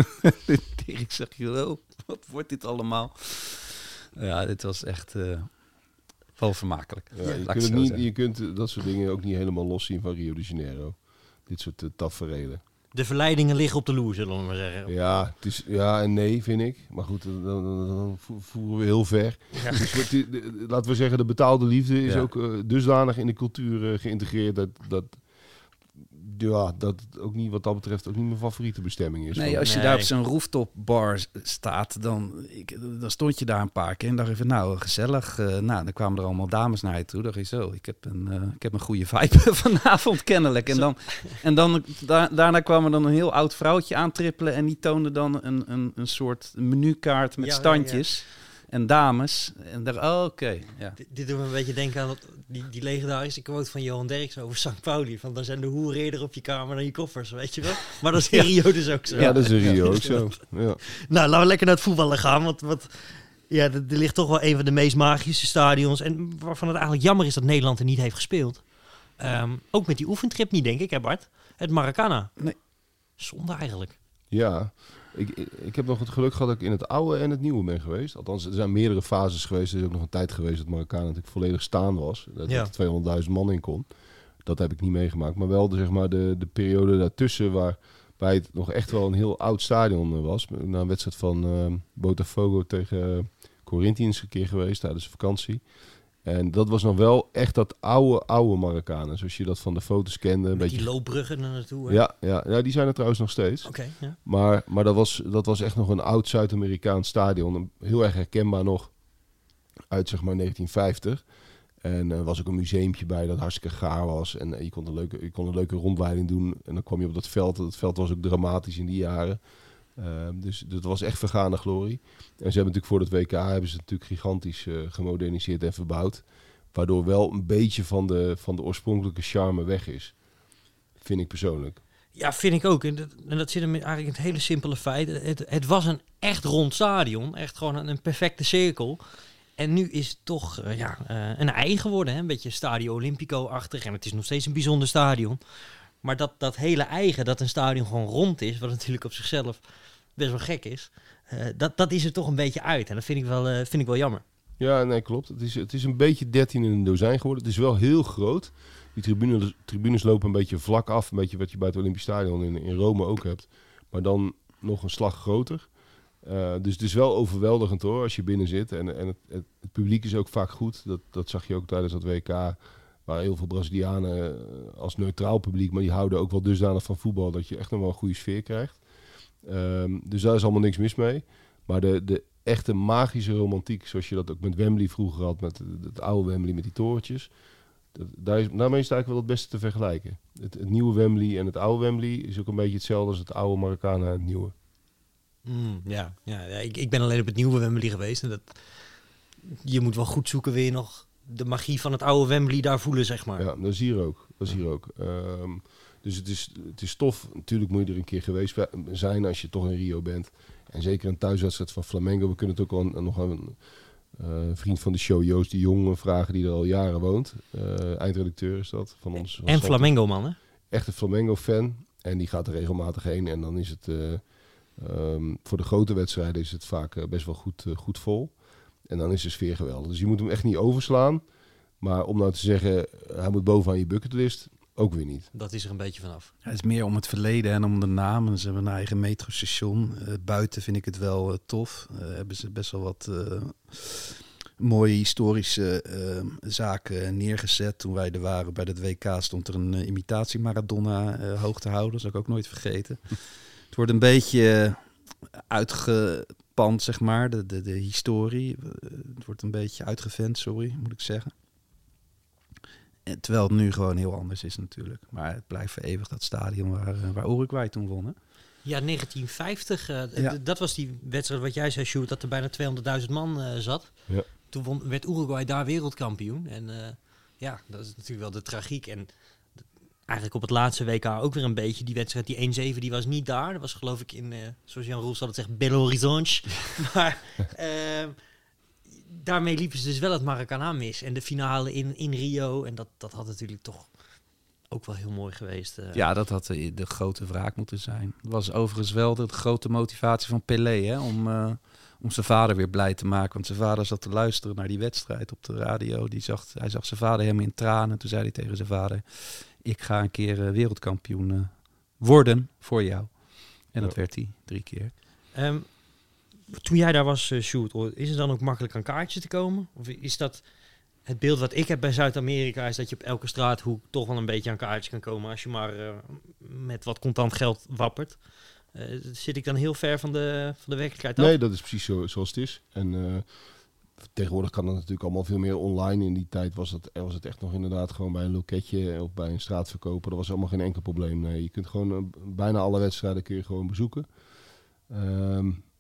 Speaker 3: Ik zeg, joh, wat wordt dit allemaal? Ja, dit was echt uh, wel vermakelijk.
Speaker 4: Ja, je, kunt het niet, je kunt dat soort dingen ook niet helemaal loszien van Rio de Janeiro. Dit soort uh, taferelen.
Speaker 1: De verleidingen liggen op de loer, zullen we maar zeggen.
Speaker 4: Ja, het is, ja en nee, vind ik. Maar goed, dan, dan, dan voeren we heel ver. Ja. Dus de, de, laten we zeggen, de betaalde liefde is ja. ook uh, dusdanig in de cultuur uh, geïntegreerd dat, dat, ja, dat het ook niet, wat dat betreft ook niet mijn favoriete bestemming is.
Speaker 3: Nee, als je nee. daar op zo'n rooftop bar staat, dan, ik, dan stond je daar een paar keer en dacht je van, nou, gezellig. Uh, nou, dan kwamen er allemaal dames naar je toe. Dacht je zo, ik heb een, uh, ik heb een goede vibe vanavond kennelijk. En dan, en dan da, daarna kwam er dan een heel oud vrouwtje aantrippelen en die toonde dan een, een, een soort menukaart met ja, standjes. Ja, ja. en dames. En daar, oh, oké. Okay, ja.
Speaker 1: Dit, dit doet me een beetje denken aan dat, die, die legendarische quote van Johan Derks over Sankt Pauli. Van dan zijn de hoeren eerder op je kamer dan je koffers, weet je wel. Maar dat is in
Speaker 3: Ja.
Speaker 1: Rio dus ook zo.
Speaker 4: Ja, dat is in Rio ook zo. Ja.
Speaker 1: Nou, laten we lekker naar het voetballen gaan. Want, want ja, er er ligt toch wel een van de meest magische stadions. En waarvan het eigenlijk jammer is dat Nederland er niet heeft gespeeld. Um, ook met die oefentrip niet, denk ik, hè Bart? Het Maracana.
Speaker 3: Nee.
Speaker 1: Zonde eigenlijk.
Speaker 4: Ja, ik, ik, ik heb nog het geluk gehad dat ik in het oude en het nieuwe ben geweest. Althans, er zijn meerdere fases geweest. Er is ook nog een tijd geweest dat Maracana natuurlijk volledig staan was. Dat
Speaker 1: Ja.
Speaker 4: er tweehonderdduizend man in kon. Dat heb ik niet meegemaakt. Maar wel de, zeg maar, de, de periode daartussen waarbij het nog echt wel een heel oud stadion uh, was. Na een wedstrijd van uh, Botafogo tegen uh, Corinthians een keer geweest tijdens de vakantie. En dat was nog wel echt dat oude, oude Maracana. Zoals je dat van de foto's kende. Een
Speaker 1: Met
Speaker 4: beetje...
Speaker 1: die loopbruggen er naartoe. Hè?
Speaker 4: Ja, ja, ja, die zijn er trouwens nog steeds.
Speaker 1: Oké, okay, ja.
Speaker 4: Maar, maar dat, was, dat was echt nog een oud Zuid-Amerikaans stadion. Heel erg herkenbaar nog uit zeg maar negentien vijftig. En er uh, was ook een museumpje bij dat hartstikke gaar was. En uh, je, kon een leuke, je kon een leuke rondleiding doen. En dan kwam je op dat veld. Dat veld was ook dramatisch in die jaren. Uh, dus dat was echt vergane glorie. En ze hebben natuurlijk voor het W K hebben ze natuurlijk gigantisch uh, gemoderniseerd en verbouwd. Waardoor wel een beetje van de, van de oorspronkelijke charme weg is. Vind ik persoonlijk.
Speaker 1: Ja, vind ik ook. En dat, en dat zit hem in eigenlijk het hele simpele feit. Het, het was een echt rond stadion. Echt gewoon een, een perfecte cirkel. En nu is het toch uh, ja, uh, een ei geworden. Hè? Een beetje Stadio Olimpico-achtig. En het is nog steeds een bijzonder stadion. Maar dat, dat hele eigen, dat een stadion gewoon rond is... wat natuurlijk op zichzelf best wel gek is... Uh, dat, dat is er toch een beetje uit. En dat vind ik wel, uh, vind ik wel jammer.
Speaker 4: Ja, nee, klopt. Het is, het is een beetje dertien in een dozijn geworden. Het is wel heel groot. Die tribunes, tribunes lopen een beetje vlak af. Een beetje wat je bij het Olympisch Stadion in, in Rome ook hebt. Maar dan nog een slag groter. Uh, dus het is wel overweldigend hoor, als je binnen zit. En, en het, het, het publiek is ook vaak goed. Dat, dat zag je ook tijdens dat W K. Waar heel veel Brazilianen als neutraal publiek. Maar die houden ook wel dusdanig van voetbal. Dat je echt nog wel een goede sfeer krijgt. Um, dus daar is allemaal niks mis mee. Maar de, de echte magische romantiek. Zoals je dat ook met Wembley vroeger had. Met het, het oude Wembley met die torentjes. Dat, daar is, daarmee is het eigenlijk wel het beste te vergelijken. Het, het nieuwe Wembley en het oude Wembley is ook een beetje hetzelfde als het oude Maracana en het nieuwe.
Speaker 1: Mm, ja, ja, ja ik, ik ben alleen op het nieuwe Wembley geweest. En dat, je moet wel goed zoeken, weer nog de magie van het oude Wembley daar voelen, zeg maar.
Speaker 4: Ja, dat is hier ook. Dat is hier ook. Um, dus het is, het is tof. Natuurlijk moet je er een keer geweest zijn als je toch in Rio bent. En zeker een thuiswedstrijd van Flamengo. We kunnen het ook wel nog een uh, vriend van de show, Joost de Jong, vragen die er al jaren woont. Uh, eindredacteur is dat. Van ons.
Speaker 1: En Flamengo man, hè?
Speaker 4: Echt een Flamengo-fan. En die gaat er regelmatig heen. En dan is het... Uh, um, voor de grote wedstrijden is het vaak uh, best wel goed, uh, goed vol. En dan is de sfeer geweldig. Dus je moet hem echt niet overslaan. Maar om nou te zeggen, hij moet bovenaan je bucketlist, ook weer niet.
Speaker 1: Dat is er een beetje vanaf.
Speaker 3: Ja, het is meer om het verleden en om de namen. Ze hebben een eigen metrostation. Uh, buiten vind ik het wel uh, tof. Uh, hebben ze best wel wat uh, mooie historische uh, zaken neergezet. Toen wij er waren bij het W K stond er een uh, imitatie Maradona uh, hoog te houden. Dat zal ik ook nooit vergeten. Het wordt een beetje uh, uitgepand, zeg maar, de, de, de historie. Uh, het wordt een beetje uitgevent, sorry, moet ik zeggen. En terwijl het nu gewoon heel anders is natuurlijk. Maar het blijft vereeuwigd dat stadion waar, uh, waar Uruguay toen won. Hè?
Speaker 1: Ja, negentien vijftig. Uh,
Speaker 3: Ja.
Speaker 1: d- dat was die wedstrijd wat jij zei, Sjoerd, dat er bijna tweehonderdduizend man uh, zat.
Speaker 4: Ja.
Speaker 1: Toen won, werd Uruguay daar wereldkampioen. En uh, ja, dat is natuurlijk wel de tragiek. En d- eigenlijk op het laatste W K ook weer een beetje. Die wedstrijd, die één zeven, die was niet daar. Dat was geloof ik in, uh, zoals Jan Roels altijd zegt, Belo Horizonte. maar uh, daarmee liepen ze dus wel het Maracana mis. En de finale in, in Rio. En dat, dat had natuurlijk toch ook wel heel mooi geweest. Uh.
Speaker 3: Ja, dat had de, de grote wraak moeten zijn. Dat was overigens wel de grote motivatie van Pelé, hè, om, uh, om zijn vader weer blij te maken. Want zijn vader zat te luisteren naar die wedstrijd op de radio. Die zag, hij zag zijn vader helemaal in tranen. Toen zei hij tegen zijn vader, ik ga een keer uh, wereldkampioen uh, worden voor jou. En dat
Speaker 4: Ja.
Speaker 3: werd hij drie keer.
Speaker 1: Um, toen jij daar was, uh, Sjoerd, is het dan ook makkelijk aan kaartjes te komen? Of is dat het beeld wat ik heb bij Zuid-Amerika, is dat je op elke straathoek toch wel een beetje aan kaartjes kan komen als je maar uh, met wat contant geld wappert? Uh, zit ik dan heel ver van de, van de werkelijkheid af?
Speaker 4: Nee, dat is precies zo, zoals het is. En uh, tegenwoordig kan dat natuurlijk allemaal veel meer online. In die tijd was het, was het echt nog inderdaad gewoon bij een loketje of bij een straatverkoper. Dat was allemaal geen enkel probleem. Nee, je kunt gewoon uh, bijna alle wedstrijden kun je gewoon bezoeken. Um,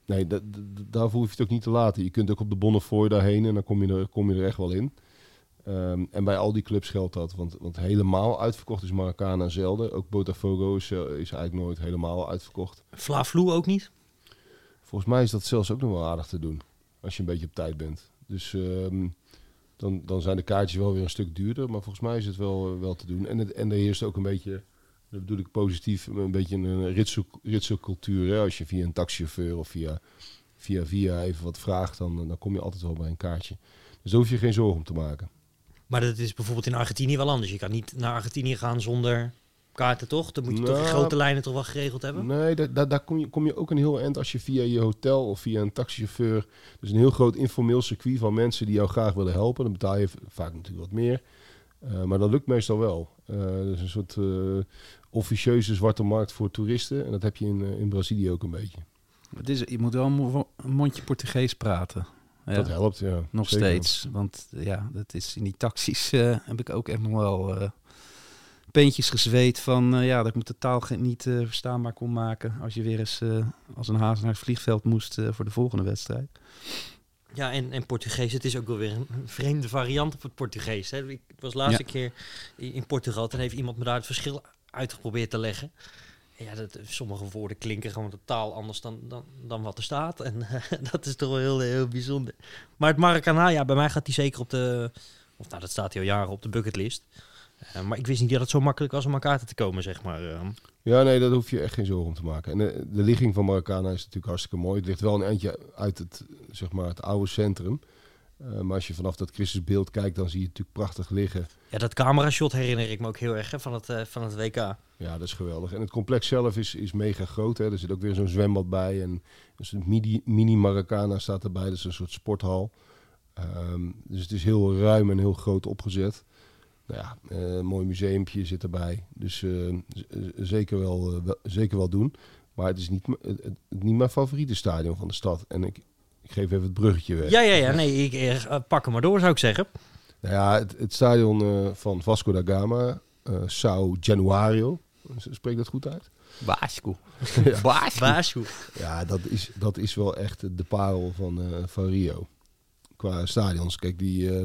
Speaker 4: nee, da, da, daarvoor hoef je het ook niet te laten. Je kunt ook op de Bonnefoy daarheen en dan kom je er, kom je er echt wel in. Um, en bij al die clubs geldt dat. Want, want helemaal uitverkocht is Maracana zelden. Ook Botafogo is, uh, is eigenlijk nooit helemaal uitverkocht.
Speaker 1: Fla-Vloe ook niet?
Speaker 4: Volgens mij is dat zelfs ook nog wel aardig te doen. Als je een beetje op tijd bent. Dus um, dan, dan zijn de kaartjes wel weer een stuk duurder. Maar volgens mij is het wel, uh, wel te doen. En, het, en er heerst ook een beetje... Dat bedoel ik positief, een beetje een ritselcultuur. Hè? Als je via een taxichauffeur of via, via via even wat vraagt, dan, dan kom je altijd wel bij een kaartje. Dus daar hoef je geen zorgen om te maken.
Speaker 1: Maar dat is bijvoorbeeld in Argentinië wel anders. Je kan niet naar Argentinië gaan zonder kaarten, toch? Dan moet je
Speaker 4: nou,
Speaker 1: toch in grote lijnen toch wel geregeld hebben?
Speaker 4: Nee, daar, daar, daar kom, je, kom je ook een heel eind als je via je hotel of via een taxichauffeur... Dus een heel groot informeel circuit van mensen die jou graag willen helpen. Dan betaal je vaak natuurlijk wat meer. Uh, maar dat lukt meestal wel. Uh, dat is een soort uh, officieuze zwarte markt voor toeristen. En dat heb je in, uh, in Brazilië ook een beetje.
Speaker 3: Het is, je moet wel een mondje Portugees praten. Ja,
Speaker 4: dat helpt, ja.
Speaker 3: Nog
Speaker 4: zeker.
Speaker 3: steeds. Want ja, dat is in die taxis uh, heb ik ook echt nog wel uh, peentjes gezweet van uh, ja, dat ik me totaal niet uh, verstaanbaar kon maken als je weer eens uh, als een haas naar het vliegveld moest uh, voor de volgende wedstrijd.
Speaker 1: Ja, en, en Portugees, het is ook wel weer een vreemde variant op het Portugees. Hè. Ik was de laatste ja. keer in Portugal, en heeft iemand me daar het verschil uitgeprobeerd te leggen. Ja, dat, sommige woorden klinken gewoon totaal anders dan, dan, dan wat er staat. En uh, dat is toch wel heel, heel bijzonder. Maar het Maracana, ja, bij mij gaat die zeker op de... Of nou, dat staat hij al jaren op de bucketlist. Uh, maar ik wist niet dat het zo makkelijk was om aan kaarten te komen, zeg maar. Uh.
Speaker 4: Ja, nee, daar hoef je echt geen zorgen om te maken. En de, de ligging van Maracana is natuurlijk hartstikke mooi. Het ligt wel een eindje uit het, zeg maar, het oude centrum. Uh, maar als je vanaf dat Christusbeeld kijkt, dan zie je het natuurlijk prachtig liggen.
Speaker 1: Ja, dat camerashot herinner ik me ook heel erg hè, van, het, uh, van het W K.
Speaker 4: Ja, dat is geweldig. En het complex zelf is, is mega groot. Hè. Er zit ook weer zo'n zwembad bij. En dus een mini, mini Maracana staat erbij. Dat is een soort sporthal. Um, dus het is heel ruim en heel groot opgezet. Nou ja, uh, een mooi museumpje zit erbij. Dus uh, z- zeker, wel, uh, wel, zeker wel doen. Maar het is niet, m- het, het, niet mijn favoriete stadion van de stad. En ik, ik geef even het bruggetje weg.
Speaker 1: Ja, ja, ja. Nee, ik uh, pak hem maar door, zou ik zeggen.
Speaker 4: Nou ja, het, het stadion uh, van Vasco da Gama, uh, São Januário. Spreek dat goed uit?
Speaker 3: Basco.
Speaker 4: Ja.
Speaker 3: Basco.
Speaker 1: Basco.
Speaker 4: Ja, dat is, dat is wel echt de parel van, uh, van Rio. Qua stadions. Kijk, die, uh,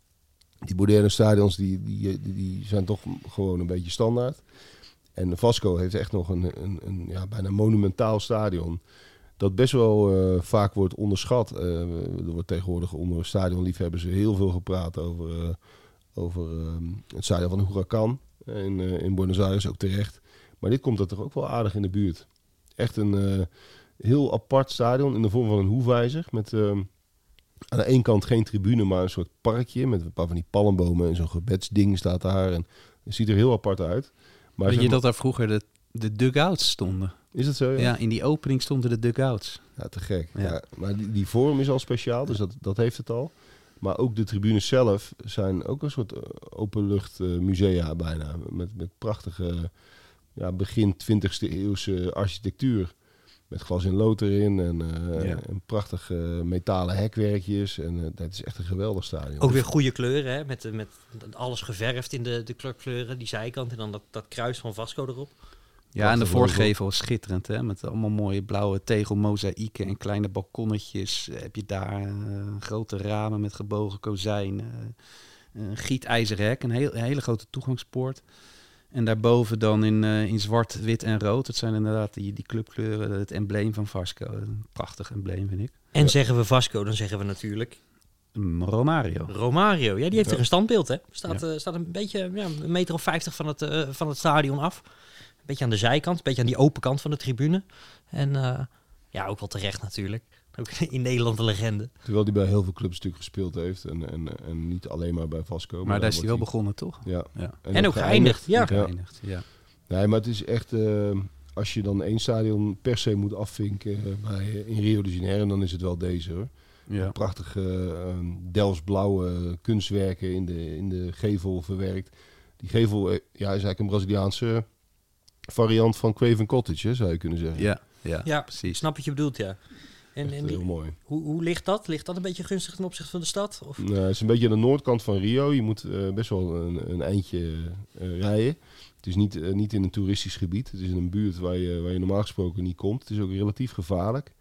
Speaker 4: die moderne stadions die, die, die, die zijn toch gewoon een beetje standaard. En Vasco heeft echt nog een, een, een ja, bijna monumentaal stadion. Dat best wel uh, vaak wordt onderschat. Uh, er wordt tegenwoordig onder stadionliefhebbers heel veel gepraat over, uh, over uh, het stadion van Huracan. In, uh, in Buenos Aires ook terecht. Maar dit komt er toch ook wel aardig in de buurt. Echt een uh, heel apart stadion in de vorm van een hoefijzer. Met uh, aan de ene kant geen tribune, maar een soort parkje. Met een paar van die palmbomen en zo'n gebedsding staat daar. En het ziet er heel apart uit. Maar
Speaker 3: Weet
Speaker 4: zeg
Speaker 3: je
Speaker 4: maar,
Speaker 3: dat daar vroeger de, de dugouts stonden?
Speaker 4: is dat zo? Ja,
Speaker 3: Ja, in die opening stonden de dugouts.
Speaker 4: ja te gek.
Speaker 3: Ja.
Speaker 4: Ja. Maar die, die vorm is al speciaal, dus dat, dat heeft het al. Maar ook de tribunes zelf zijn ook een soort uh, openlucht uh, musea bijna. Met, met prachtige ja, begin twintigste eeuwse architectuur. Met glas in lood erin en, uh,
Speaker 3: Ja.
Speaker 4: en prachtige metalen hekwerkjes. En uh, dat is echt een geweldig stadion.
Speaker 1: Ook weer goede kleuren, hè? Met, met alles geverfd in de, de clubkleuren, die zijkant. En dan dat, dat kruis van Vasco erop.
Speaker 3: Ja, en de
Speaker 4: Prachtig
Speaker 3: voorgevel is schitterend, hè? Met allemaal mooie blauwe tegelmozaïeken en kleine balkonnetjes. Heb je daar uh, grote ramen met gebogen kozijnen, uh, een gietijzeren hek, een, heel, een hele grote toegangspoort. En daarboven dan in, uh, in zwart, wit en rood. Dat zijn inderdaad die, die clubkleuren, het embleem van Vasco. Een prachtig embleem, vind ik.
Speaker 1: En zeggen we Vasco, dan zeggen we natuurlijk
Speaker 3: Mm, Romario.
Speaker 1: Romario. Ja, die heeft
Speaker 4: Ja.
Speaker 1: er een standbeeld, hè? Staat,
Speaker 3: Ja.
Speaker 1: uh, staat een beetje ja, een meter of vijftig van het, uh, van het stadion af. Een beetje aan de zijkant, een beetje aan die open kant van de tribune. En uh, ja, ook wel terecht natuurlijk. Ook in Nederland een legende.
Speaker 4: Terwijl hij bij heel veel clubs natuurlijk gespeeld heeft. En, en, en niet alleen maar bij Vasco.
Speaker 3: Maar daar is
Speaker 4: dan
Speaker 3: hij wel
Speaker 4: wordt
Speaker 3: begonnen, toch?
Speaker 4: Ja.
Speaker 3: Ja.
Speaker 1: En ook geëindigd, ja.
Speaker 4: Ja.
Speaker 3: Geëindigd, ja.
Speaker 4: Nee, maar het is echt... Uh, als je dan één stadion per se moet afvinken uh, bij, uh, in Rio de Janeiro, dan is het wel deze, hoor.
Speaker 3: Ja.
Speaker 4: Prachtige uh, Delfts-blauwe kunstwerken in de, in de gevel verwerkt. Die gevel uh, ja, is eigenlijk een Braziliaanse variant van Craven Cottage, hè, zou je kunnen zeggen.
Speaker 3: Ja, ja,
Speaker 1: Ja,
Speaker 3: precies.
Speaker 1: snap wat je bedoelt, ja. En,
Speaker 4: Echt
Speaker 1: en die,
Speaker 4: heel mooi.
Speaker 1: hoe, hoe ligt dat? Ligt dat een beetje gunstig ten opzichte van de stad? Of?
Speaker 4: Nou, het is een beetje aan de noordkant van Rio. Je moet uh, best wel een, een eindje uh, rijden. Het is niet, uh, niet in een toeristisch gebied. Het is in een buurt waar je, waar je normaal gesproken niet komt. Het is ook relatief gevaarlijk.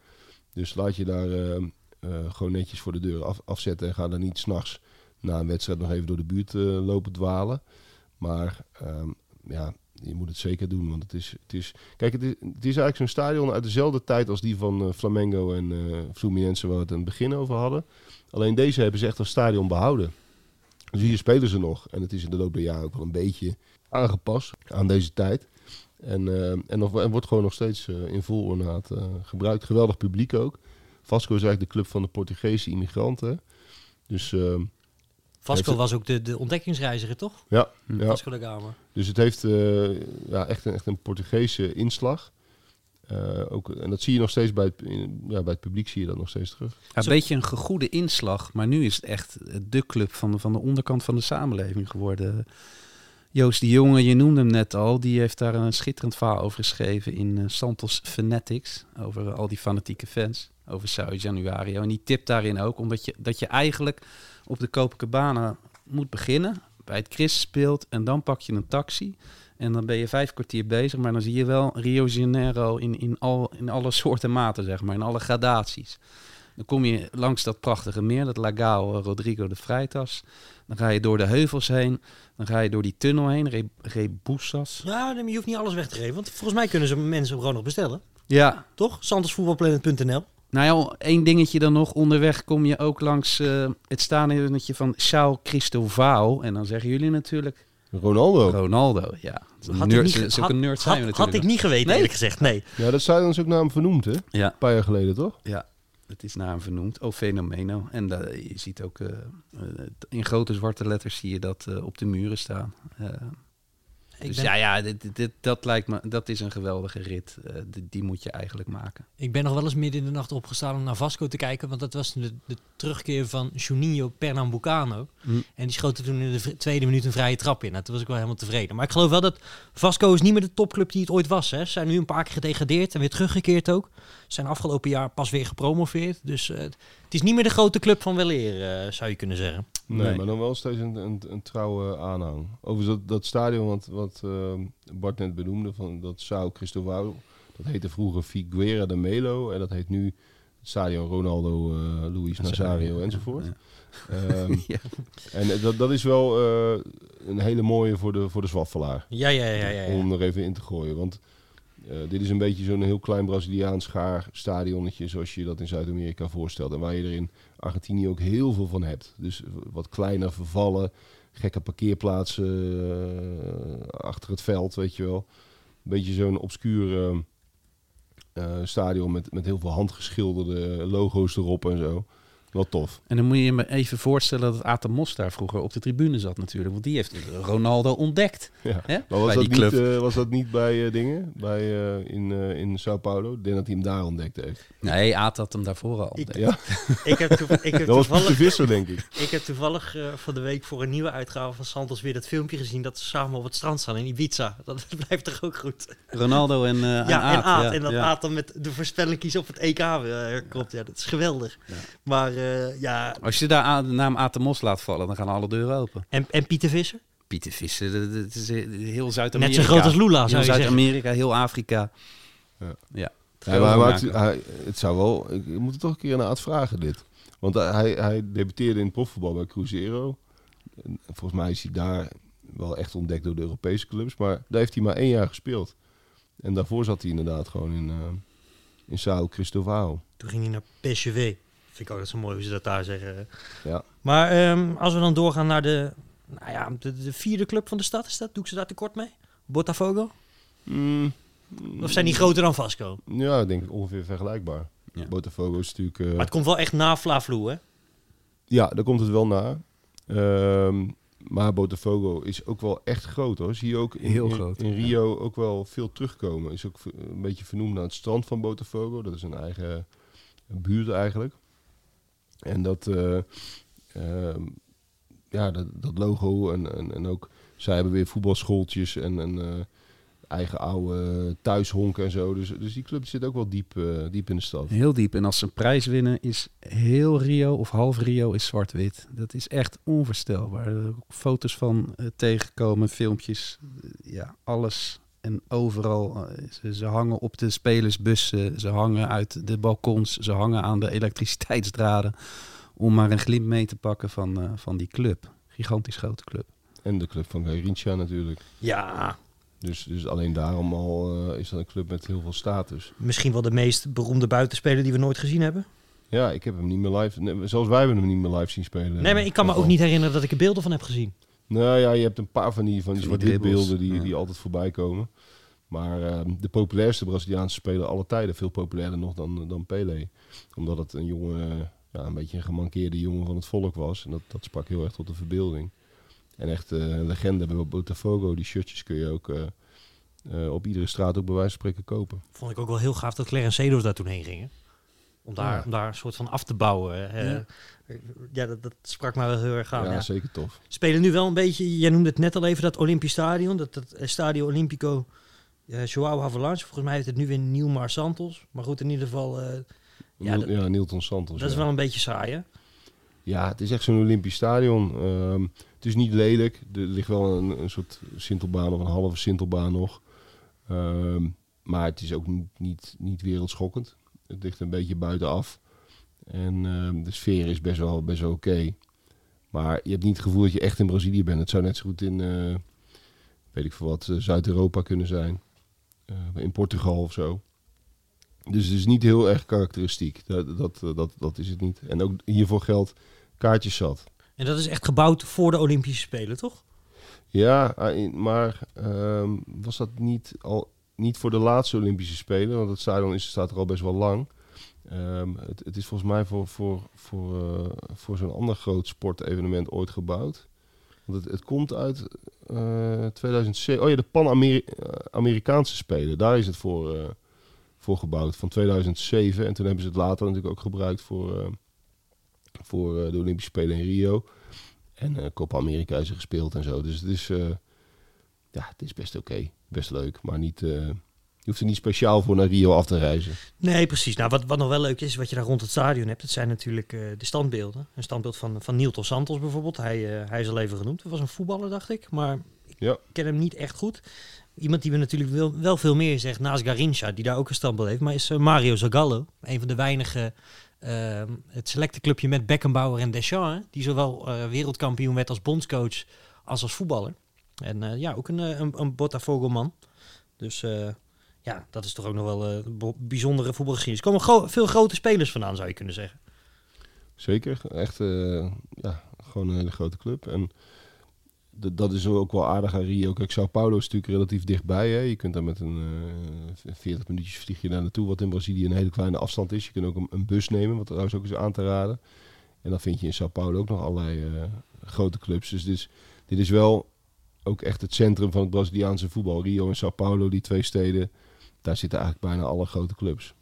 Speaker 4: Dus laat je daar uh, uh, gewoon netjes voor de deur af, afzetten. En ga dan niet 's nachts na een wedstrijd nog even door de buurt uh, lopen dwalen. Maar um, ja, je moet het zeker doen. Want het is, het is, kijk, het is, het is eigenlijk zo'n stadion uit dezelfde tijd als die van uh, Flamengo en uh, Fluminense, waar we het aan het begin over hadden. Alleen deze hebben ze echt als stadion behouden. Dus hier spelen ze nog. En het is in de loop der jaren ook wel een beetje aangepast aan deze tijd. En, uh, en, nog, en wordt gewoon nog steeds uh, in vol ornaat uh, gebruikt. Geweldig publiek ook. Vasco is eigenlijk de club van de Portugese immigranten. Dus, uh,
Speaker 1: Vasco
Speaker 4: het...
Speaker 1: was ook de, de ontdekkingsreiziger, toch?
Speaker 4: Ja. ja.
Speaker 1: Vasco da Gama.
Speaker 4: Dus het heeft uh, ja, echt, een, echt een Portugese inslag. Uh, ook, en dat zie je nog steeds bij het, in, ja, bij het publiek, zie je dat nog steeds terug.
Speaker 3: Ja, een beetje een gegoede inslag, maar nu is het echt de club van de, van de onderkant van de samenleving geworden. Joost de Jonge, je noemde hem net al, die heeft daar een schitterend verhaal over geschreven in uh, Santos Fanatics, over uh, al die fanatieke fans, over Sao Januario. En die tipt daarin ook, omdat je, dat je eigenlijk op de Copacabana moet beginnen, bij het Chris speelt, en dan pak je een taxi. En dan ben je vijf kwartier bezig, maar dan zie je wel Rio de Janeiro in, in, al, in alle soorten maten, zeg maar, in alle gradaties. Dan kom je langs dat prachtige meer, dat Lagao Rodrigo de Freitas. Dan ga je door de heuvels heen, dan ga je door die tunnel heen, Re, Rebouças.
Speaker 1: Ja, je hoeft niet alles weg te geven, want volgens mij kunnen ze mensen gewoon nog bestellen.
Speaker 3: Ja.
Speaker 1: Toch? santosvoetbalplanet punt n l.
Speaker 3: Nou ja, één dingetje dan nog. Onderweg kom je ook langs uh, het stadionnetje van São Cristóvão. En dan zeggen jullie natuurlijk...
Speaker 4: Ronaldo.
Speaker 3: Ronaldo, ja.
Speaker 1: Had
Speaker 3: nerd,
Speaker 1: ik niet,
Speaker 3: zulke
Speaker 1: had,
Speaker 3: nerd zijn we
Speaker 1: had,
Speaker 3: natuurlijk.
Speaker 1: had ik niet geweten,
Speaker 3: nee?
Speaker 1: eerlijk gezegd. Nee.
Speaker 4: Ja, dat stadion is ook naar hem vernoemd, hè?
Speaker 3: Ja.
Speaker 4: Een paar jaar geleden, toch?
Speaker 3: Ja, het is naar hem vernoemd. O Fenomeno. En da, je ziet ook uh, uh, in grote zwarte letters zie je dat uh, op de muren staan. Uh,
Speaker 1: Ik
Speaker 3: dus
Speaker 1: ben,
Speaker 3: ja, ja dit, dit, dat lijkt me, dat is een geweldige rit. Uh, die, die moet je eigenlijk maken.
Speaker 5: Ik ben nog wel eens midden in de nacht opgestaan om naar Vasco te kijken. Want dat was de, de terugkeer van Juninho Pernambucano.
Speaker 3: Mm.
Speaker 5: En die schoot er toen in de v- tweede minuut een vrije trap in. Nou, toen was ik wel helemaal tevreden. Maar ik geloof wel dat Vasco is niet meer de topclub die het ooit was. Hè. Ze zijn nu een paar keer gedegradeerd en weer teruggekeerd ook. Ze zijn afgelopen jaar pas weer gepromoveerd. Dus uh, het is niet meer de grote club van weleer, uh, zou je kunnen zeggen.
Speaker 4: Nee,
Speaker 3: Nee.
Speaker 4: maar dan wel steeds een, een, een trouwe aanhang. Overigens, dat, dat stadion wat, wat uh, Bart net benoemde, van dat Sao Cristóvão, dat heette vroeger Figueira de Melo en dat heet nu het stadion Ronaldo, uh, Luis Nazario
Speaker 3: Ja,
Speaker 4: enzovoort.
Speaker 3: ja.
Speaker 4: Um,
Speaker 3: Ja.
Speaker 4: En dat, dat is wel uh, een hele mooie voor de, voor de Zwaffelaar,
Speaker 1: Ja, ja, ja, ja.
Speaker 4: om
Speaker 1: ja.
Speaker 4: hem er even in te gooien. Want uh, dit is een beetje zo'n heel klein Braziliaans schaar stadionnetje, zoals je dat in Zuid-Amerika voorstelt. En waar je er in Argentinië ook heel veel van hebt. Dus wat kleiner, vervallen, gekke parkeerplaatsen uh, achter het veld, weet je wel. Een beetje zo'n obscuur uh, uh, stadion met, met heel veel handgeschilderde logo's erop en zo. Wel tof.
Speaker 3: En dan moet je je me even voorstellen dat Atemos daar vroeger op de tribune zat natuurlijk. Want die heeft Ronaldo ontdekt.
Speaker 4: Ja.
Speaker 3: Hè?
Speaker 4: Maar was
Speaker 3: Bij
Speaker 4: dat,
Speaker 3: die
Speaker 4: niet,
Speaker 3: club.
Speaker 4: uh, was dat niet bij uh, dingen? Bij, uh, in, uh, in Sao Paulo? Ik denk dat hij hem daar ontdekt heeft.
Speaker 3: Nee, Aat had hem daarvoor al ontdekt.
Speaker 4: Ja,
Speaker 1: Ik heb, toev- ik heb
Speaker 4: dat was Pieter
Speaker 1: toevallig,
Speaker 4: Visser, denk ik.
Speaker 1: ik heb toevallig uh, van de week voor een nieuwe uitgave van Santos weer dat filmpje gezien dat ze samen op het strand staan in Ibiza. Dat blijft toch ook goed?
Speaker 3: Ronaldo en, uh,
Speaker 1: Ja,
Speaker 3: en Aad.
Speaker 1: en Aad.
Speaker 3: ja,
Speaker 1: En dat
Speaker 3: ja.
Speaker 1: Aad dan met de voorspelling kiezen op het E K uh, komt. Ja, dat is geweldig.
Speaker 3: Ja.
Speaker 1: Maar uh, ja,
Speaker 3: Als je daar a- de naam Atemos laat vallen, dan gaan alle deuren open.
Speaker 1: en, en Pieter Visser?
Speaker 3: Pieter Visser, dat- dat is heel Zuid-Amerika.
Speaker 1: Net zo groot als Lula, zou
Speaker 3: Heel
Speaker 1: je zeggen.
Speaker 3: Zuid-Amerika, heel Afrika.
Speaker 4: Ja.
Speaker 3: Ja.
Speaker 4: Ja, maar hij maakt, hij, het zou wel... Ik moet het toch een keer aan Aad vragen, dit. Want hij, hij debuteerde in het profvoetbal bij Cruzeiro. En volgens mij is hij daar wel echt ontdekt door de Europese clubs. Maar daar heeft hij maar één jaar gespeeld. En daarvoor zat hij inderdaad gewoon in, uh, in Sao Cristóvão.
Speaker 1: Toen ging hij naar P S V. Vind ik altijd zo mooi hoe ze dat daar zeggen.
Speaker 4: Ja.
Speaker 1: Maar um, als we dan doorgaan naar de, nou ja, de, de vierde club van de stad, is dat? Doe ik ze daar tekort mee? Botafogo?
Speaker 4: Mm,
Speaker 1: Of zijn die groter dan Vasco?
Speaker 4: Ja, ik denk ongeveer vergelijkbaar.
Speaker 3: Ja.
Speaker 4: Botafogo is natuurlijk... Uh,
Speaker 1: Maar het komt wel echt na Fla-Vloe, hè?
Speaker 4: Ja, daar komt het wel na. Um, maar Botafogo is ook wel echt groot, hoor. Zie je ook in,
Speaker 3: Heel
Speaker 4: in-
Speaker 3: groot,
Speaker 4: in Rio ook wel veel terugkomen. Is ook v- een beetje vernoemd naar het strand van Botafogo. Dat is een eigen buurt eigenlijk. En dat, uh, um, ja, dat, dat logo en, en, en ook... Zij hebben weer voetbalschooltjes en een uh, eigen oude thuishonken en zo. Dus, dus die club zit ook wel diep, uh, diep in de stad.
Speaker 3: Heel diep. En als ze een prijs winnen, is heel Rio of half Rio is zwart-wit. Dat is echt onvoorstelbaar. Er ook foto's van uh, tegenkomen, filmpjes. Uh, ja, alles En overal, uh, ze, ze hangen op de spelersbussen, ze hangen uit de balkons, ze hangen aan de elektriciteitsdraden. Om maar een glimp mee te pakken van, uh, van die club. Gigantisch grote club.
Speaker 4: En de club van Garincha natuurlijk.
Speaker 5: Ja,
Speaker 4: Dus, dus alleen daarom al uh, is dat een club met heel veel status.
Speaker 5: misschien wel de meest beroemde buitenspeler die we nooit gezien hebben.
Speaker 4: Ja, ik heb hem niet meer live... Nee, zelfs wij hebben hem niet meer live zien spelen.
Speaker 5: Nee, maar ik kan me ook niet herinneren dat ik er beelden van heb gezien.
Speaker 4: Nou ja, je hebt een paar van die, van die
Speaker 3: Van die
Speaker 4: zwart-wit beelden
Speaker 3: dribbles,
Speaker 4: die,
Speaker 3: ja.
Speaker 4: die altijd voorbij komen. Maar uh, de populairste Braziliaanse speler aller tijden, veel populairder nog dan, dan Pelé. Omdat het een jongen, uh, ja, een beetje een gemankeerde jongen van het volk was. En dat, dat sprak heel erg tot de verbeelding. En echt uh, een legende bij Botafogo. Die shirtjes kun je ook uh, uh, op iedere straat ook bij wijze van spreken kopen.
Speaker 5: Vond ik ook wel heel gaaf dat Clarence Seedorf daar toen heen ging. Hè? Om, daar,
Speaker 4: Ja.
Speaker 5: om daar een soort van af te bouwen. Uh,
Speaker 3: Ja.
Speaker 5: ja, dat, dat sprak mij wel heel erg aan.
Speaker 4: ja,
Speaker 5: Ja.
Speaker 4: zeker tof.
Speaker 5: Spelen nu wel een beetje, jij noemde het net al even, dat Olympisch Stadion. Dat, dat eh, Stadio Olímpico uh, João Havelange. Volgens mij heeft het nu weer Nilmar Santos. Maar goed, in ieder geval, uh, ja,
Speaker 4: Ja,
Speaker 5: dat,
Speaker 4: ja, Nilton Santos.
Speaker 5: dat is
Speaker 4: ja.
Speaker 5: wel een beetje saai, hè?
Speaker 4: Ja, het is echt zo'n Olympisch stadion. Um, het is niet lelijk. Er ligt wel een, een soort sintelbaan of een halve sintelbaan nog. Um, maar het is ook niet, niet, niet wereldschokkend. Het ligt een beetje buitenaf. En um, de sfeer is best wel, best wel oké. Okay. Maar je hebt niet het gevoel dat je echt in Brazilië bent. Het zou net zo goed in, uh, weet ik veel wat, uh, Zuid-Europa kunnen zijn. Uh, in Portugal of zo. Dus het is niet heel erg karakteristiek. Dat, dat, dat, dat is het niet. En ook hiervoor geldt kaartjes zat.
Speaker 5: En dat is echt gebouwd voor de Olympische Spelen, toch?
Speaker 4: Ja, maar um, was dat niet al niet voor de laatste Olympische Spelen? Want het stadion is, staat er al best wel lang. Um, het, het is volgens mij voor, voor, voor, uh, voor zo'n ander groot sportevenement ooit gebouwd. Want het, het komt uit uh, tweeduizend zeven. Oh ja, de Pan-Amerikaanse Spelen. Daar is het voor... Uh, voor gebouwd, van tweeduizend zeven. En toen hebben ze het later natuurlijk ook gebruikt voor, uh, voor uh, de Olympische Spelen in Rio. En uh, Copa America is er gespeeld en zo. Dus het is, uh, ja, het is best oké. Okay. Best leuk, maar niet, uh, je hoeft er niet speciaal voor naar Rio af te reizen.
Speaker 5: Nee, precies. Nou, wat, wat nog wel leuk is, wat je daar rond het stadion hebt, dat zijn natuurlijk uh, de standbeelden. Een standbeeld van, van Nilton Santos bijvoorbeeld. Hij, uh, hij is al even genoemd. Dat was een voetballer, dacht ik. Maar ik
Speaker 4: Ja.
Speaker 5: ken hem niet echt goed. Iemand die we natuurlijk wel, wel veel meer zegt naast Garincha, die daar ook een standbeeld heeft, maar is uh, Mario Zagallo. Een van de weinige, uh, het selecte clubje met Beckenbauer en Deschamps, die zowel uh, wereldkampioen werd als bondscoach als als voetballer. En uh, ja, ook een, uh, een, een Botafogo-man. Dus uh, ja, dat is toch ook nog wel een uh, bijzondere voetbalgeschiedenis. Er komen gro- veel grote spelers vandaan, zou je kunnen zeggen.
Speaker 4: Zeker, echt uh, ja, gewoon een hele grote club. En d- dat is ook wel aardig aan Rio. Kijk, Sao Paulo is natuurlijk relatief dichtbij. Hè. Je kunt daar met een uh, veertig minuutjes vlieg je daar naartoe, wat in Brazilië een hele kleine afstand is. Je kunt ook een, een bus nemen, wat trouwens ook is aan te raden. En dan vind je in Sao Paulo ook nog allerlei uh, grote clubs. Dus dit is, dit is wel ook echt het centrum van het Braziliaanse voetbal. Rio en Sao Paulo, die twee steden, daar zitten eigenlijk bijna alle grote clubs.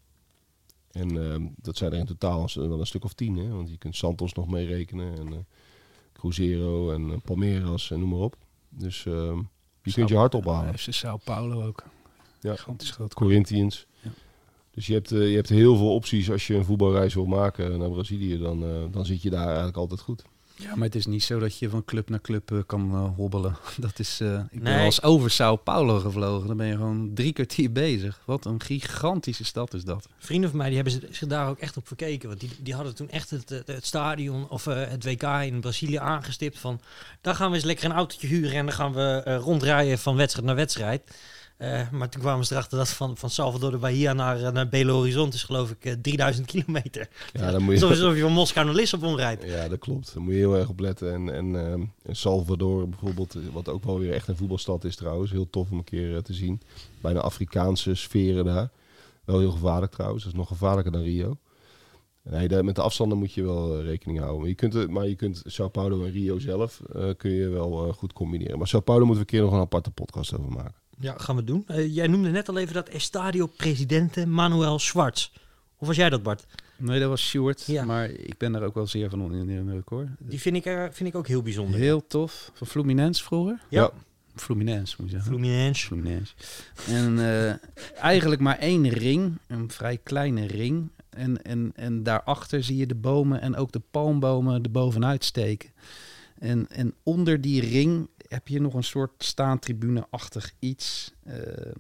Speaker 4: En uh, dat zijn er in totaal wel een stuk of tien. Hè? Want je kunt Santos nog mee rekenen. En uh, Cruzeiro en uh, Palmeiras en noem maar op. Dus uh, je Sao, kunt je hart ophalen.
Speaker 3: F C Sao Paulo ook.
Speaker 4: Ja.
Speaker 3: Gigantisch groot.
Speaker 4: Corinthians.
Speaker 3: Ja.
Speaker 4: Dus je hebt, uh, je hebt heel veel opties als je een voetbalreis wil maken naar Brazilië. Dan, uh, dan zit je daar eigenlijk altijd goed.
Speaker 3: Ja, maar het is niet zo dat je van club naar club uh, kan uh, hobbelen. Dat is, uh, ik ben
Speaker 5: Nee.
Speaker 3: wel eens over Sao Paulo gevlogen. Dan ben je gewoon drie kwartier bezig. Wat een gigantische stad is dat.
Speaker 5: Vrienden van mij die hebben zich daar ook echt op verkeken. Want die, die hadden toen echt het, het stadion of uh, het W K in Brazilië aangestipt. Van, daar gaan we eens lekker een autootje huren en dan gaan we uh, rondrijden van wedstrijd naar wedstrijd. Uh, maar toen kwamen ze erachter dat van, van Salvador de Bahia naar, uh, naar Belo Horizonte is geloof ik uh, drieduizend kilometer.
Speaker 4: Ja, dan moet je...
Speaker 5: Alsof je van Moskou naar Lissabon rijdt.
Speaker 4: Ja, dat klopt. Daar moet je heel erg op letten. En, en uh, Salvador bijvoorbeeld, wat ook wel weer echt een voetbalstad is trouwens. Heel tof om een keer uh, te zien. Bijna Afrikaanse sferen daar. Wel heel gevaarlijk trouwens. Dat is nog gevaarlijker dan Rio. Nee, daar, met de afstanden moet je wel uh, rekening houden. Maar je kunt, uh, maar je kunt Sao Paulo en Rio zelf uh, kun je wel uh, goed combineren. Maar Sao Paulo moeten we een keer nog een aparte podcast over maken.
Speaker 5: Ja, gaan we doen. Uh, jij noemde net al even dat Estadio Presidente Manuel Schwartz. Of was jij dat, Bart?
Speaker 3: Nee, dat was Stuart.
Speaker 5: Ja.
Speaker 3: Maar ik ben daar ook wel zeer van onder de indruk hoor.
Speaker 5: Die vind ik, uh, vind ik ook heel bijzonder.
Speaker 3: Heel tof. Van Fluminense vroeger.
Speaker 5: Ja.
Speaker 4: Ja.
Speaker 3: Fluminense moet je zeggen.
Speaker 5: Fluminense.
Speaker 3: Fluminense. En uh, eigenlijk maar één ring. Een vrij kleine ring. En, en, en daarachter zie je de bomen en ook de palmbomen er bovenuit steken. En, en onder die ring heb je nog een soort staantribune-achtig iets. Uh,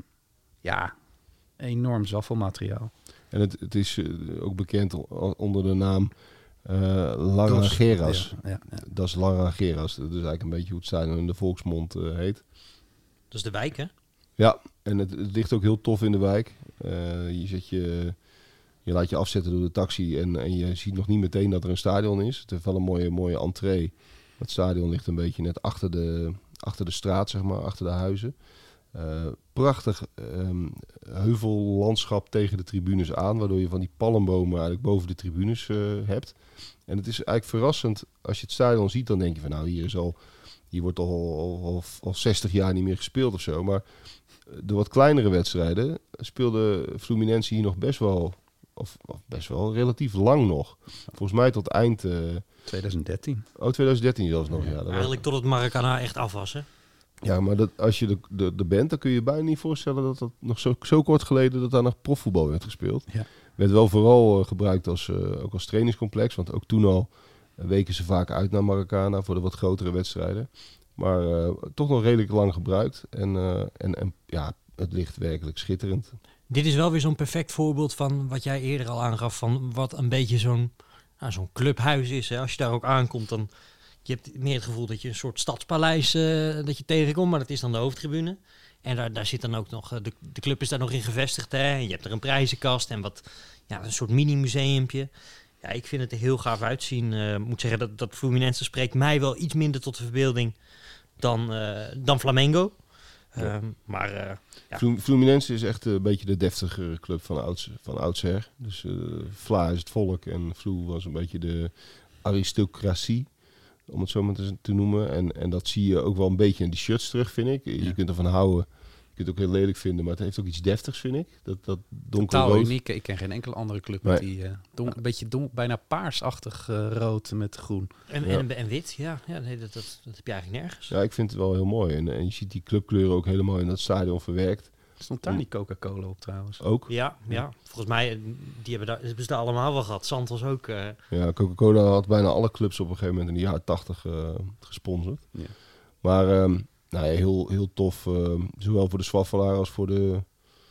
Speaker 3: ja, enorm zaffelmateriaal.
Speaker 4: En het, het is uh, ook bekend onder de naam uh, Laranjeiras.
Speaker 3: Ja, ja, ja.
Speaker 4: Dat is Laranjeiras. Dat is eigenlijk een beetje hoe het stadion in de volksmond uh, heet.
Speaker 5: Dat is de wijk, hè?
Speaker 4: Ja, en het, het ligt ook heel tof in de wijk. Uh, je, zet je, je laat je afzetten door de taxi en, en je ziet nog niet meteen dat er een stadion is. Het heeft wel een mooie, mooie entree. Het stadion ligt een beetje net achter de, achter de straat, zeg maar, achter de huizen. Uh, prachtig um, heuvellandschap tegen de tribunes aan, waardoor je van die palmbomen eigenlijk boven de tribunes uh, hebt. En het is eigenlijk verrassend, als je het stadion ziet, dan denk je van nou, hier is al, hier wordt al, al, al, al zestig jaar niet meer gespeeld of zo. Maar de wat kleinere wedstrijden speelde Fluminense hier nog best wel, of, of best wel relatief lang nog. Volgens mij tot eind... Uh,
Speaker 3: twintig dertien.
Speaker 4: Oh, twintig dertien zelfs nog, ja. Dat
Speaker 5: Eigenlijk
Speaker 4: was...
Speaker 5: tot het Maracana echt af was, hè?
Speaker 4: Ja, maar dat, als je de, de, de bent, dan kun je je bijna niet voorstellen dat dat nog zo, zo kort geleden dat daar nog profvoetbal werd gespeeld.
Speaker 3: Ja.
Speaker 4: Werd wel vooral uh, gebruikt als, uh, ook als trainingscomplex, want ook toen al uh, weken ze vaak uit naar Maracana voor de wat grotere wedstrijden. Maar uh, toch nog redelijk lang gebruikt en, uh, en, en ja, het ligt werkelijk schitterend.
Speaker 5: Dit is wel weer zo'n perfect voorbeeld van wat jij eerder al aangaf, van wat een beetje zo'n, nou, zo'n clubhuis is. Hè. Als je daar ook aankomt, dan je hebt meer het gevoel dat je een soort stadspaleis uh, dat je tegenkomt, maar dat is dan de hoofdtribune. En daar, daar zit dan ook nog, de, de club is daar nog in gevestigd. Hè. En je hebt er een prijzenkast en wat, ja, een soort mini-museumpje. Ja, ik vind het er heel gaaf uitzien. Uh, moet zeggen, dat, dat Fluminense spreekt mij wel iets minder tot de verbeelding dan, uh, dan Flamengo. Ja. Um, maar uh, ja.
Speaker 4: Fluminense is echt een beetje de deftigere club van, ouds, van oudsher. Dus uh, Fla is het volk en Flu was een beetje de aristocratie, om het zo maar te, te noemen. En, en dat zie je ook wel een beetje in die shirts terug, vind ik. Je ja. kunt ervan houden. Je kunt het ook heel lelijk vinden, maar het heeft ook iets deftigs, vind ik. Dat, dat donkerrood.
Speaker 3: Totaal uniek. Ik ken geen enkele andere club met nee. die uh, don- een beetje don- bijna paarsachtig uh, rood met groen.
Speaker 5: En,
Speaker 4: ja.
Speaker 5: en, en wit, ja. ja nee, dat, dat, dat heb je eigenlijk nergens.
Speaker 4: Ja, ik vind het wel heel mooi. En, en je ziet die clubkleuren ook helemaal in dat stadion verwerkt.
Speaker 3: Stond daar niet Coca-Cola op trouwens?
Speaker 4: Ook?
Speaker 5: Ja, ja. Volgens mij die hebben, daar, hebben ze daar allemaal wel gehad. Santos ook. Uh...
Speaker 4: Ja, Coca-Cola had bijna alle clubs op een gegeven moment in de jaren tachtig uh, gesponsord. Ja. Maar um, nou ja, heel, heel tof. Uh, zowel voor de Zwaffelaar als voor de,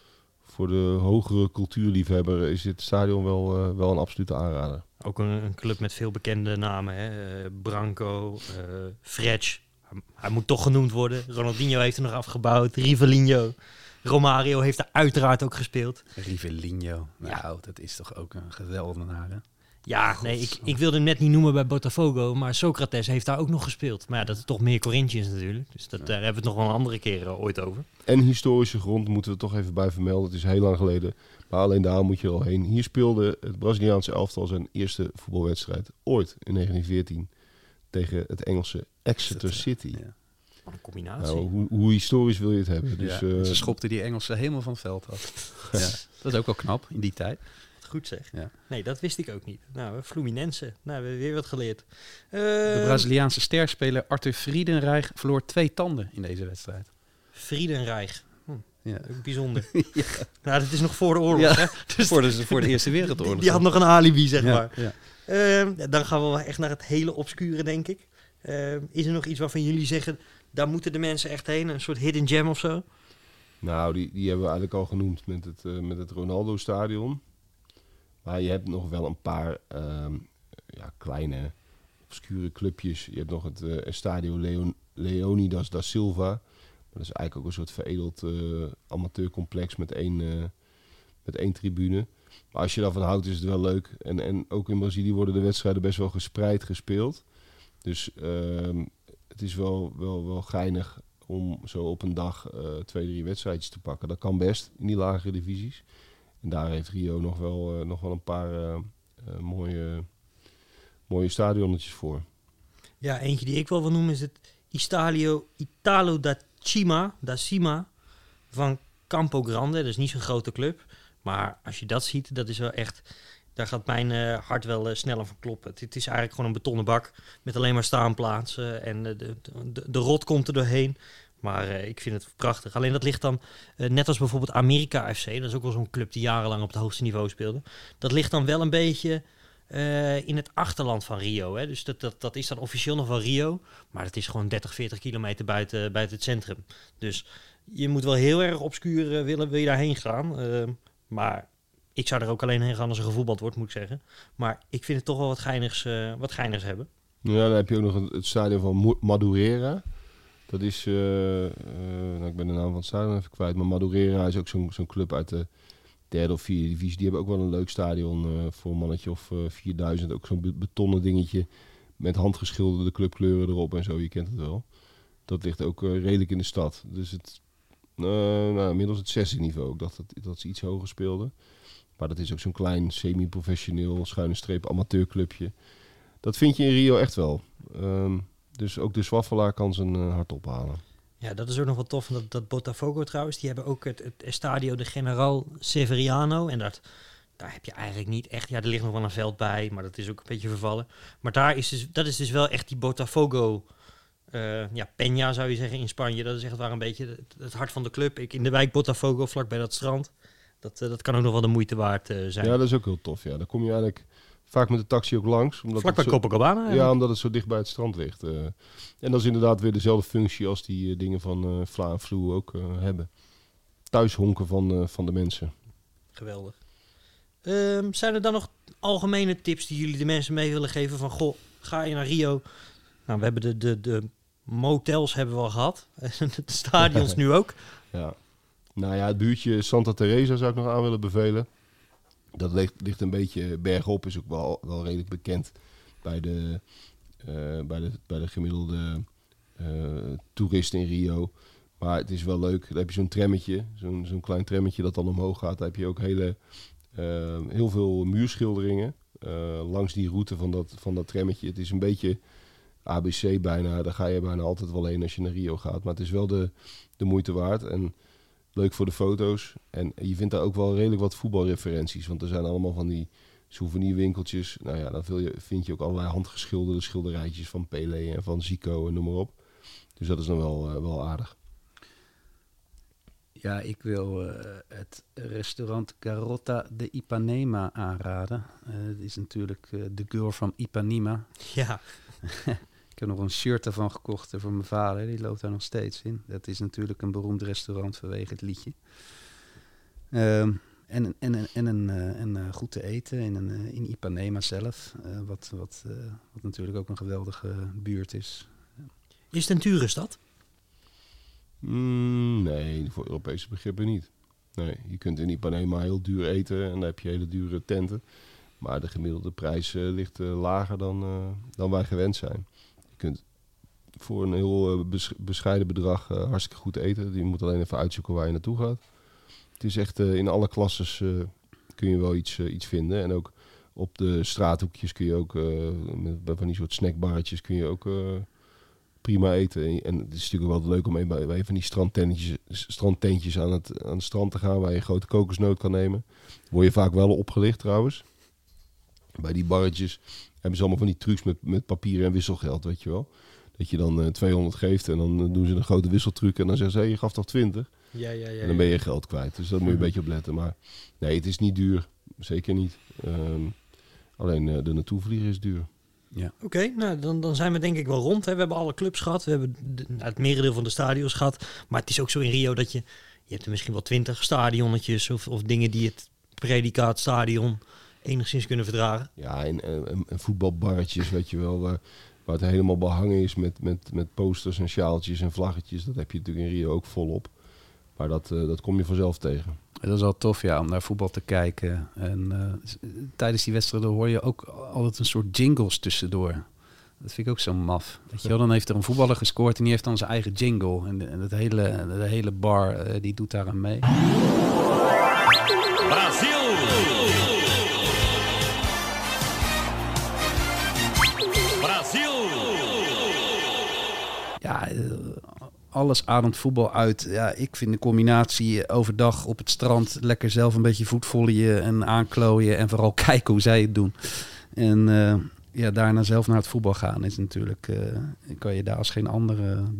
Speaker 4: voor de hogere cultuurliefhebber is dit stadion wel, uh, wel een absolute aanrader.
Speaker 5: Ook een, een club met veel bekende namen. Hè? Uh, Branco, uh, Fretch. Hij, hij moet toch genoemd worden. Ronaldinho heeft er nog afgebouwd. Rivelinho. Romario heeft er uiteraard ook gespeeld.
Speaker 3: Rivelinho. Nou, ja. Dat is toch ook een geweldenaar, hè?
Speaker 5: Ja, God, nee, ik, ik wilde hem net niet noemen bij Botafogo, maar Socrates heeft daar ook nog gespeeld. Maar ja, dat is toch meer Corinthians natuurlijk. Dus dat, ja. daar hebben we het nog wel een andere keer uh, ooit over.
Speaker 4: En historische grond moeten we toch even bij vermelden. Het is heel lang geleden, maar alleen daar moet je er al heen. Hier speelde het Braziliaanse elftal zijn eerste voetbalwedstrijd ooit in negentien veertien tegen het Engelse Exeter City. Ja.
Speaker 5: Een combinatie.
Speaker 4: Nou, hoe, hoe historisch wil je het hebben? Dus,
Speaker 3: ja,
Speaker 4: uh,
Speaker 3: ze schopte die Engelsen helemaal van het veld af. Ja, dat is ook wel knap in die tijd.
Speaker 5: Goed zeg.
Speaker 3: Ja.
Speaker 5: Nee, dat wist ik ook niet. Nou, Fluminense. Nou, we hebben weer wat geleerd. Uh,
Speaker 3: de Braziliaanse sterspeler Arthur Friedenreich verloor twee tanden in deze wedstrijd.
Speaker 5: Friedenreich. Hm.
Speaker 3: Ja.
Speaker 5: Bijzonder.
Speaker 3: Ja.
Speaker 5: Nou, dat is nog voor de oorlog,
Speaker 3: ja,
Speaker 5: hè?
Speaker 3: Dus voor, de, voor de Eerste Wereldoorlog.
Speaker 5: Die, die had nog een alibi, zeg
Speaker 3: ja,
Speaker 5: maar.
Speaker 3: Ja.
Speaker 5: Uh, dan gaan we wel echt naar het hele obscure, denk ik. Uh, is er nog iets waarvan jullie zeggen, daar moeten de mensen echt heen? Een soort hidden gem of zo?
Speaker 4: Nou, die, die hebben we eigenlijk al genoemd met het, uh, met het Ronaldo-stadion. Maar je hebt nog wel een paar um, ja, kleine, obscure clubjes. Je hebt nog het uh, Estadio Leon, Leonidas da Silva. Maar dat is eigenlijk ook een soort veredeld uh, amateurcomplex met één, uh, met één tribune. Maar als je daarvan houdt, is het wel leuk. En, en ook in Brazilië worden de wedstrijden best wel gespreid gespeeld. Dus uh, het is wel, wel, wel geinig om zo op een dag uh, twee, drie wedstrijdjes te pakken. Dat kan best in die lagere divisies. En daar heeft Rio nog wel, uh, nog wel een paar uh, uh, mooie, mooie stadionnetjes voor.
Speaker 5: Ja, eentje die ik wel wil noemen is het Stadio Italo da Cima, da Cima van Campo Grande. Dat is niet zo'n grote club. Maar als je dat ziet, dat is wel echt... Daar gaat mijn uh, hart wel uh, sneller van kloppen. Het, het is eigenlijk gewoon een betonnen bak met alleen maar staanplaatsen. En uh, de, de, de rot komt er doorheen. Maar uh, ik vind het prachtig. Alleen dat ligt dan, uh, net als bijvoorbeeld Amerika F C. Dat is ook wel zo'n club die jarenlang op het hoogste niveau speelde. Dat ligt dan wel een beetje uh, in het achterland van Rio. Hè. Dus dat, dat, dat is dan officieel nog wel Rio. Maar het is gewoon dertig, veertig kilometer buiten, buiten het centrum. Dus je moet wel heel erg obscuur uh, willen, wil je daarheen gaan. Uh, maar ik zou er ook alleen heen gaan als er gevoetbald wordt, moet ik zeggen. Maar ik vind het toch wel wat geinigs, uh, wat geinigs hebben.
Speaker 4: Ja, dan heb je ook nog het, het stadion van Madureira. Dat is, uh, uh, nou, ik ben de naam van het stadion even kwijt, maar Madureira is ook zo'n, zo'n club uit de derde of vierde divisie. Die hebben ook wel een leuk stadion uh, voor een mannetje of uh, vierduizend. Ook zo'n betonnen dingetje met handgeschilderde clubkleuren erop en zo. Je kent het wel. Dat ligt ook uh, redelijk in de stad. Dus het, uh, nou, inmiddels het zesde niveau. Ik dacht dat, dat ze iets hoger speelden. Maar dat is ook zo'n klein semi-professioneel, schuine streep amateurclubje. Dat vind je in Rio echt wel. Um, dus ook de Zwaffelaar kan zijn uh, hart ophalen.
Speaker 5: Ja, dat is ook nog wel tof. Dat, dat Botafogo trouwens, die hebben ook het, het Estadio de General Severiano. En dat, daar heb je eigenlijk niet echt... Ja, er ligt nog wel een veld bij, maar dat is ook een beetje vervallen. Maar daar is dus, dat is dus wel echt die Botafogo... Uh, ja, Peña zou je zeggen in Spanje. Dat is echt waar een beetje het, het hart van de club. Ik in de wijk Botafogo, vlak bij dat strand. Dat, uh, dat kan ook nog wel de moeite waard uh, zijn.
Speaker 4: Ja, dat is ook heel tof. Ja, daar kom je eigenlijk... Vaak met de taxi ook langs. Omdat
Speaker 5: vlak bij
Speaker 4: zo,
Speaker 5: Copacabana? Eigenlijk.
Speaker 4: Ja, omdat het zo dicht bij het strand ligt. Uh, en dat is inderdaad weer dezelfde functie als die uh, dingen van uh, Vla en Vloe ook uh, hebben. Thuishonken van, uh, van de mensen.
Speaker 5: Geweldig. Um, zijn er dan nog algemene tips die jullie de mensen mee willen geven? Van, goh, ga je naar Rio? Nou, we hebben de, de, de motels hebben we al gehad. De stadions nu ook.
Speaker 4: Ja. Nou ja, het buurtje Santa Teresa zou ik nog aan willen bevelen. Dat ligt, ligt een beetje bergop, is ook wel, wel redelijk bekend bij de, uh, bij de, bij de gemiddelde uh, toeristen in Rio. Maar het is wel leuk. Dan heb je zo'n trammetje, zo'n, zo'n klein trammetje dat dan omhoog gaat. Daar heb je ook hele, uh, heel veel muurschilderingen uh, langs die route van dat, van dat trammetje. Het is een beetje A B C bijna. Daar ga je bijna altijd wel heen als je naar Rio gaat. Maar het is wel de, de moeite waard en leuk voor de foto's. En je vindt daar ook wel redelijk wat voetbalreferenties. Want er zijn allemaal van die souvenirwinkeltjes. Nou ja, dan vind je, vind je ook allerlei handgeschilderde schilderijtjes van Pelé en van Zico en noem maar op. Dus dat is dan wel, uh, wel aardig.
Speaker 3: Ja, ik wil uh, het restaurant Garota de Ipanema aanraden. Uh, dat is natuurlijk uh, de girl van Ipanema.
Speaker 5: Ja.
Speaker 3: Ik heb nog een shirt ervan gekocht voor mijn vader. Die loopt daar nog steeds in. Dat is natuurlijk een beroemd restaurant vanwege het liedje. Um, en en, en, en, een, uh, en uh, goed te eten in, een, uh, in Ipanema zelf. Uh, wat, wat, uh, wat natuurlijk ook een geweldige buurt is.
Speaker 5: Is het een dure stad?
Speaker 4: Mm, nee, voor Europese begrippen niet. Nee, je kunt in Ipanema heel duur eten en dan heb je hele dure tenten. Maar de gemiddelde prijs uh, ligt uh, lager dan, uh, dan wij gewend zijn. Je kunt voor een heel uh, bes- bescheiden bedrag uh, hartstikke goed eten. Je moet alleen even uitzoeken waar je naartoe gaat. Het is echt uh, in alle klasses uh, kun je wel iets, uh, iets vinden. En ook op de straathoekjes kun je ook, uh, met, bij van die soort snackbarretjes kun je ook uh, prima eten. En het is natuurlijk wel leuk om even bij, bij van die strandtentjes, strandtentjes aan het, aan het strand te gaan waar je een grote kokosnoot kan nemen. Word je vaak wel opgelicht trouwens. Bij die barretjes hebben ze allemaal van die trucs met, met papier en wisselgeld, weet je wel. Dat je dan uh, tweehonderd geeft en dan uh, doen ze een grote wisseltruc en dan zeggen ze, hey, je gaf toch twintig?
Speaker 5: Ja, ja, ja.
Speaker 4: En dan ben je geld kwijt. Dus daar moet je een beetje op letten. Maar nee, het is niet duur. Zeker niet. Um, alleen uh, de naartoe vliegen is duur.
Speaker 3: Ja.
Speaker 5: Oké, okay, nou dan, dan zijn we denk ik wel rond. Hè. We hebben alle clubs gehad. We hebben de, het merendeel van de stadions gehad. Maar het is ook zo in Rio dat je... Je hebt er misschien wel twintig stadionnetjes of, of dingen die het predicaatstadion enigszins kunnen verdragen.
Speaker 4: Ja, en, en, en voetbalbarretjes, weet je wel, waar, waar het helemaal behangen is met, met, met posters en sjaaltjes en vlaggetjes. Dat heb je natuurlijk in Rio ook volop. Maar dat, uh, dat kom je vanzelf tegen.
Speaker 3: Dat is wel tof, ja, om naar voetbal te kijken. En uh, tijdens die wedstrijden hoor je ook altijd een soort jingles tussendoor. Dat vind ik ook zo maf. Weet je wel, dan heeft er een voetballer gescoord en die heeft dan zijn eigen jingle. En, en het hele, de hele bar, uh, die doet daar aan mee.
Speaker 6: Brazil! Brazil!
Speaker 3: Ja, uh, alles ademt voetbal uit. Ja, ik vind de combinatie overdag op het strand lekker zelf een beetje voetvolleyen en aanklooien en vooral kijken hoe zij het doen. En uh, ja, daarna zelf naar het voetbal gaan is natuurlijk, uh, kan je daar als geen andere doen.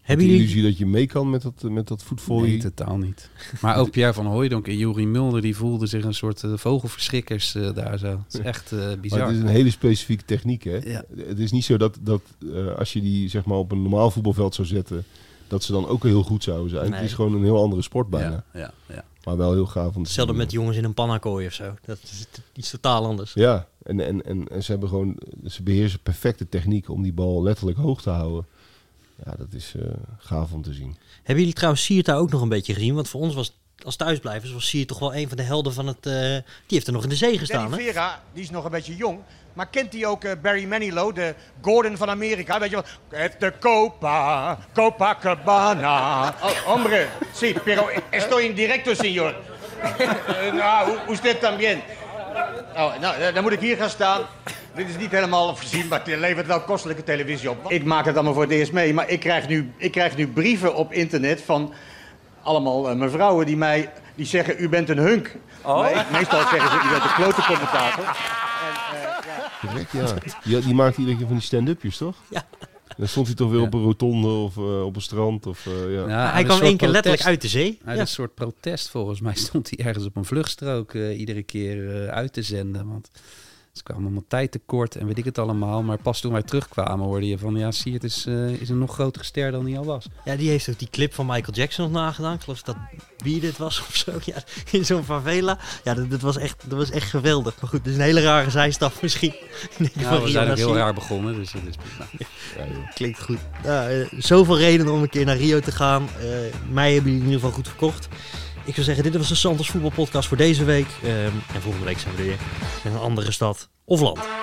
Speaker 1: Hebben
Speaker 4: de
Speaker 1: jullie...
Speaker 4: illusie dat je mee kan met dat, met dat voetvolley.
Speaker 3: Nee, totaal niet. Maar ook Pierre van Hooijdonk en Juri Mulder, die voelden zich een soort uh, vogelverschrikkers uh, daar zo. Het is echt uh, bizar.
Speaker 4: Maar het is een hele specifieke techniek, hè?
Speaker 3: Ja.
Speaker 4: Het is niet zo dat, dat uh, als je die zeg maar op een normaal voetbalveld zou zetten, dat ze dan ook heel goed zouden zijn.
Speaker 1: Nee.
Speaker 4: Het is gewoon een heel andere sport bijna.
Speaker 3: Ja, ja, ja.
Speaker 4: Maar wel heel gaaf. om te
Speaker 1: Hetzelfde
Speaker 4: zien.
Speaker 1: met jongens in een pannakooi of zo. Dat is t- iets totaal anders.
Speaker 4: Ja, en, en, en, en ze hebben gewoon, ze beheersen perfecte techniek om die bal letterlijk hoog te houden. Ja, dat is uh, gaaf om te zien.
Speaker 1: Hebben jullie trouwens Siert daar ook nog een beetje gezien? Want voor ons was als thuisblijvers was Siert toch wel een van de helden van het... Uh, die heeft er nog in de zee gestaan,
Speaker 7: Danny
Speaker 1: hè?
Speaker 7: Vera, die is nog een beetje jong. Maar kent hij ook uh, Barry Manilow, de Gordon van Amerika? Weet je wel? Het de Copa, Copacabana. Oh, hombre, sí, pero estoy in directo, señor. Nou, usted también. Oh, nou, dan moet ik hier gaan staan. Dit is niet helemaal voorzien, maar het levert wel kostelijke televisie op. Ik maak het allemaal voor het eerst mee, maar ik krijg nu, ik krijg nu brieven op internet van allemaal uh, mevrouwen die mij die zeggen, u bent een hunk. Oh. Maar ik, meestal zeggen ze, u bent een klote commentator. En, uh, ja.
Speaker 4: Correct, ja. Die, die maakt iedere keer van die stand-upjes, toch?
Speaker 1: Ja.
Speaker 4: Dan stond hij toch weer
Speaker 3: Ja.
Speaker 4: op een rotonde of uh, op een strand. Of, uh, ja.
Speaker 3: Ja,
Speaker 1: hij
Speaker 3: uit een
Speaker 1: kwam
Speaker 3: soort
Speaker 1: één keer letterlijk
Speaker 3: protest.
Speaker 1: uit de zee.
Speaker 3: Uit
Speaker 1: Ja.
Speaker 3: een soort protest volgens mij stond hij ergens op een vluchtstrook uh, iedere keer uh, uit te zenden. Want ze kwamen allemaal tijd tekort en weet ik het allemaal. Maar pas toen wij terugkwamen hoorde je van ja, Siert is, uh, is een nog grotere ster dan hij al was.
Speaker 1: Ja, die heeft ook die clip van Michael Jackson nog nagedaan. Ik geloof dat wie dit was of zo. Ja, in zo'n favela. Ja, dat, dat, was echt, dat was echt geweldig. Maar goed, het is een hele rare zijstap misschien.
Speaker 3: Ja, we zijn ook heel raar begonnen, dus dat is prima.
Speaker 4: Ja, joh.
Speaker 1: Klinkt goed. Nou, uh, zoveel redenen om een keer naar Rio te gaan. Uh, mij hebben jullie in ieder geval goed verkocht. Ik zou zeggen, dit was de Santos voetbalpodcast voor deze week. Um, en volgende week zijn we weer in een andere stad of land.